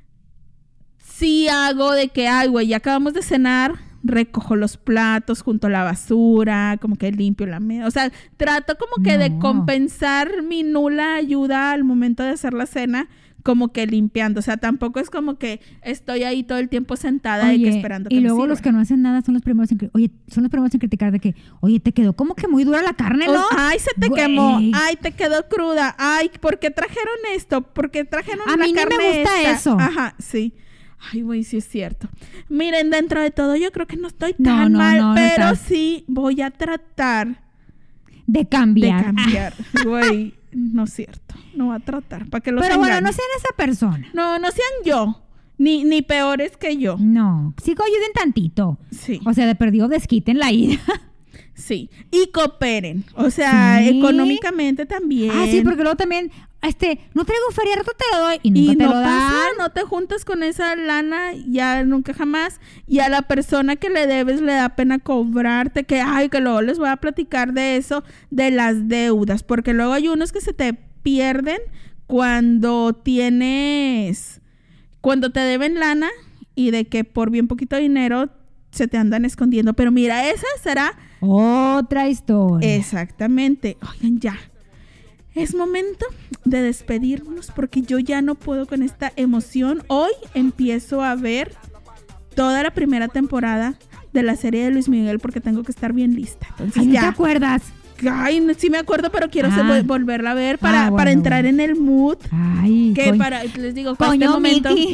Sí hago de que, ay, güey, ya acabamos de cenar, recojo los platos junto a la basura, como que limpio la mesa. O sea, trato como que de No. compensar mi nula ayuda al momento de hacer la cena, como que limpiando. O sea, tampoco es como que estoy ahí todo el tiempo sentada y que Oye, esperando que y me luego sirvan. los que no hacen nada son los primeros en cri- oye, son los primeros en criticar de que, oye, te quedó como que muy dura la carne, ¿no? O- ay, se te Güey. quemó. Ay, te quedó cruda. Ay, ¿por qué trajeron esto? ¿Por qué trajeron A la mí ni me carne gusta esta? eso. Ajá, sí. Ay, güey, sí es cierto. Miren, dentro de todo yo creo que no estoy No, tan no, mal, no, no pero estás. sí voy a tratar De de cambiar. cambiar. Güey, no es cierto. No voy a tratar. ¿Para que los Pero bueno, engañe? no sean esa persona. No, no sean yo. Ni, ni peores que yo. No, sí que ayuden tantito. Sí. O sea, de perdido desquiten la ida. Sí. Y cooperen. O sea, Sí. económicamente también. Ah, sí, porque luego también, este, no traigo feria, rato te lo doy y nunca Y te no lo dan. pasa, no te juntas con esa lana ya nunca jamás. Y a la persona que le debes le da pena cobrarte, que ay, que luego les voy a platicar de eso, de las deudas, porque luego hay unos que se te pierden cuando tienes, cuando te deben lana y de que por bien poquito dinero se te andan escondiendo. Pero mira, esa será Otra historia. exactamente. Oigan, ya. Es momento de despedirnos porque yo ya no puedo con esta emoción. Hoy empiezo a ver toda la primera temporada de la serie de Luis Miguel porque tengo que estar bien lista. Entonces Ay, ¿no te ya. acuerdas? Ay, no, sí me acuerdo, pero quiero Ah. se- vol- volverla a ver para, Ah, bueno, para entrar bueno. en el mood. Ay, Que coño. para, les digo, que este Coño, momento. Miki.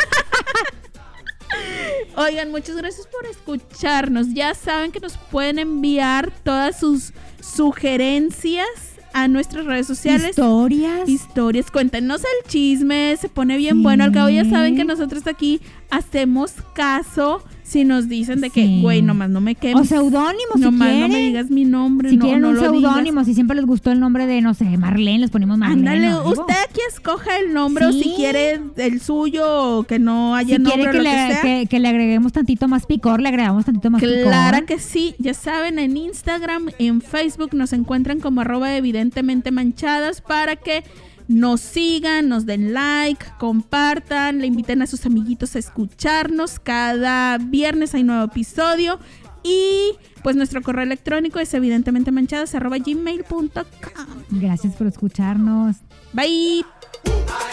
Oigan, muchas gracias por escucharnos. Ya saben que nos pueden enviar todas sus sugerencias a nuestras redes sociales. Historias. Historias, cuéntenos el chisme, se pone bien Sí. bueno. Al cabo ya saben que nosotros aquí hacemos caso si nos dicen de que, Sí. güey, nomás no me quemes. O seudónimos, si nomás quieren. no me digas mi nombre, Si no, quieren no un lo digas. seudónimo, si siempre les gustó el nombre de, no sé, Marlene, les ponemos Marlene. Ándale, o algo. usted aquí escoja el nombre o si Sí. quiere el suyo o que no haya Si nombre quiere o que lo le, que sea. que, que le agreguemos tantito más picor, le agregamos tantito más picor. Claro que sí, ya saben, en Instagram, en Facebook nos encuentran como arroba evidentemente manchadas para que nos sigan, nos den like, compartan, le inviten a sus amiguitos a escucharnos. Cada viernes hay nuevo episodio y pues nuestro correo electrónico es evidentemente manchadas arroba gmail punto com. Gracias por escucharnos. Bye. Ay,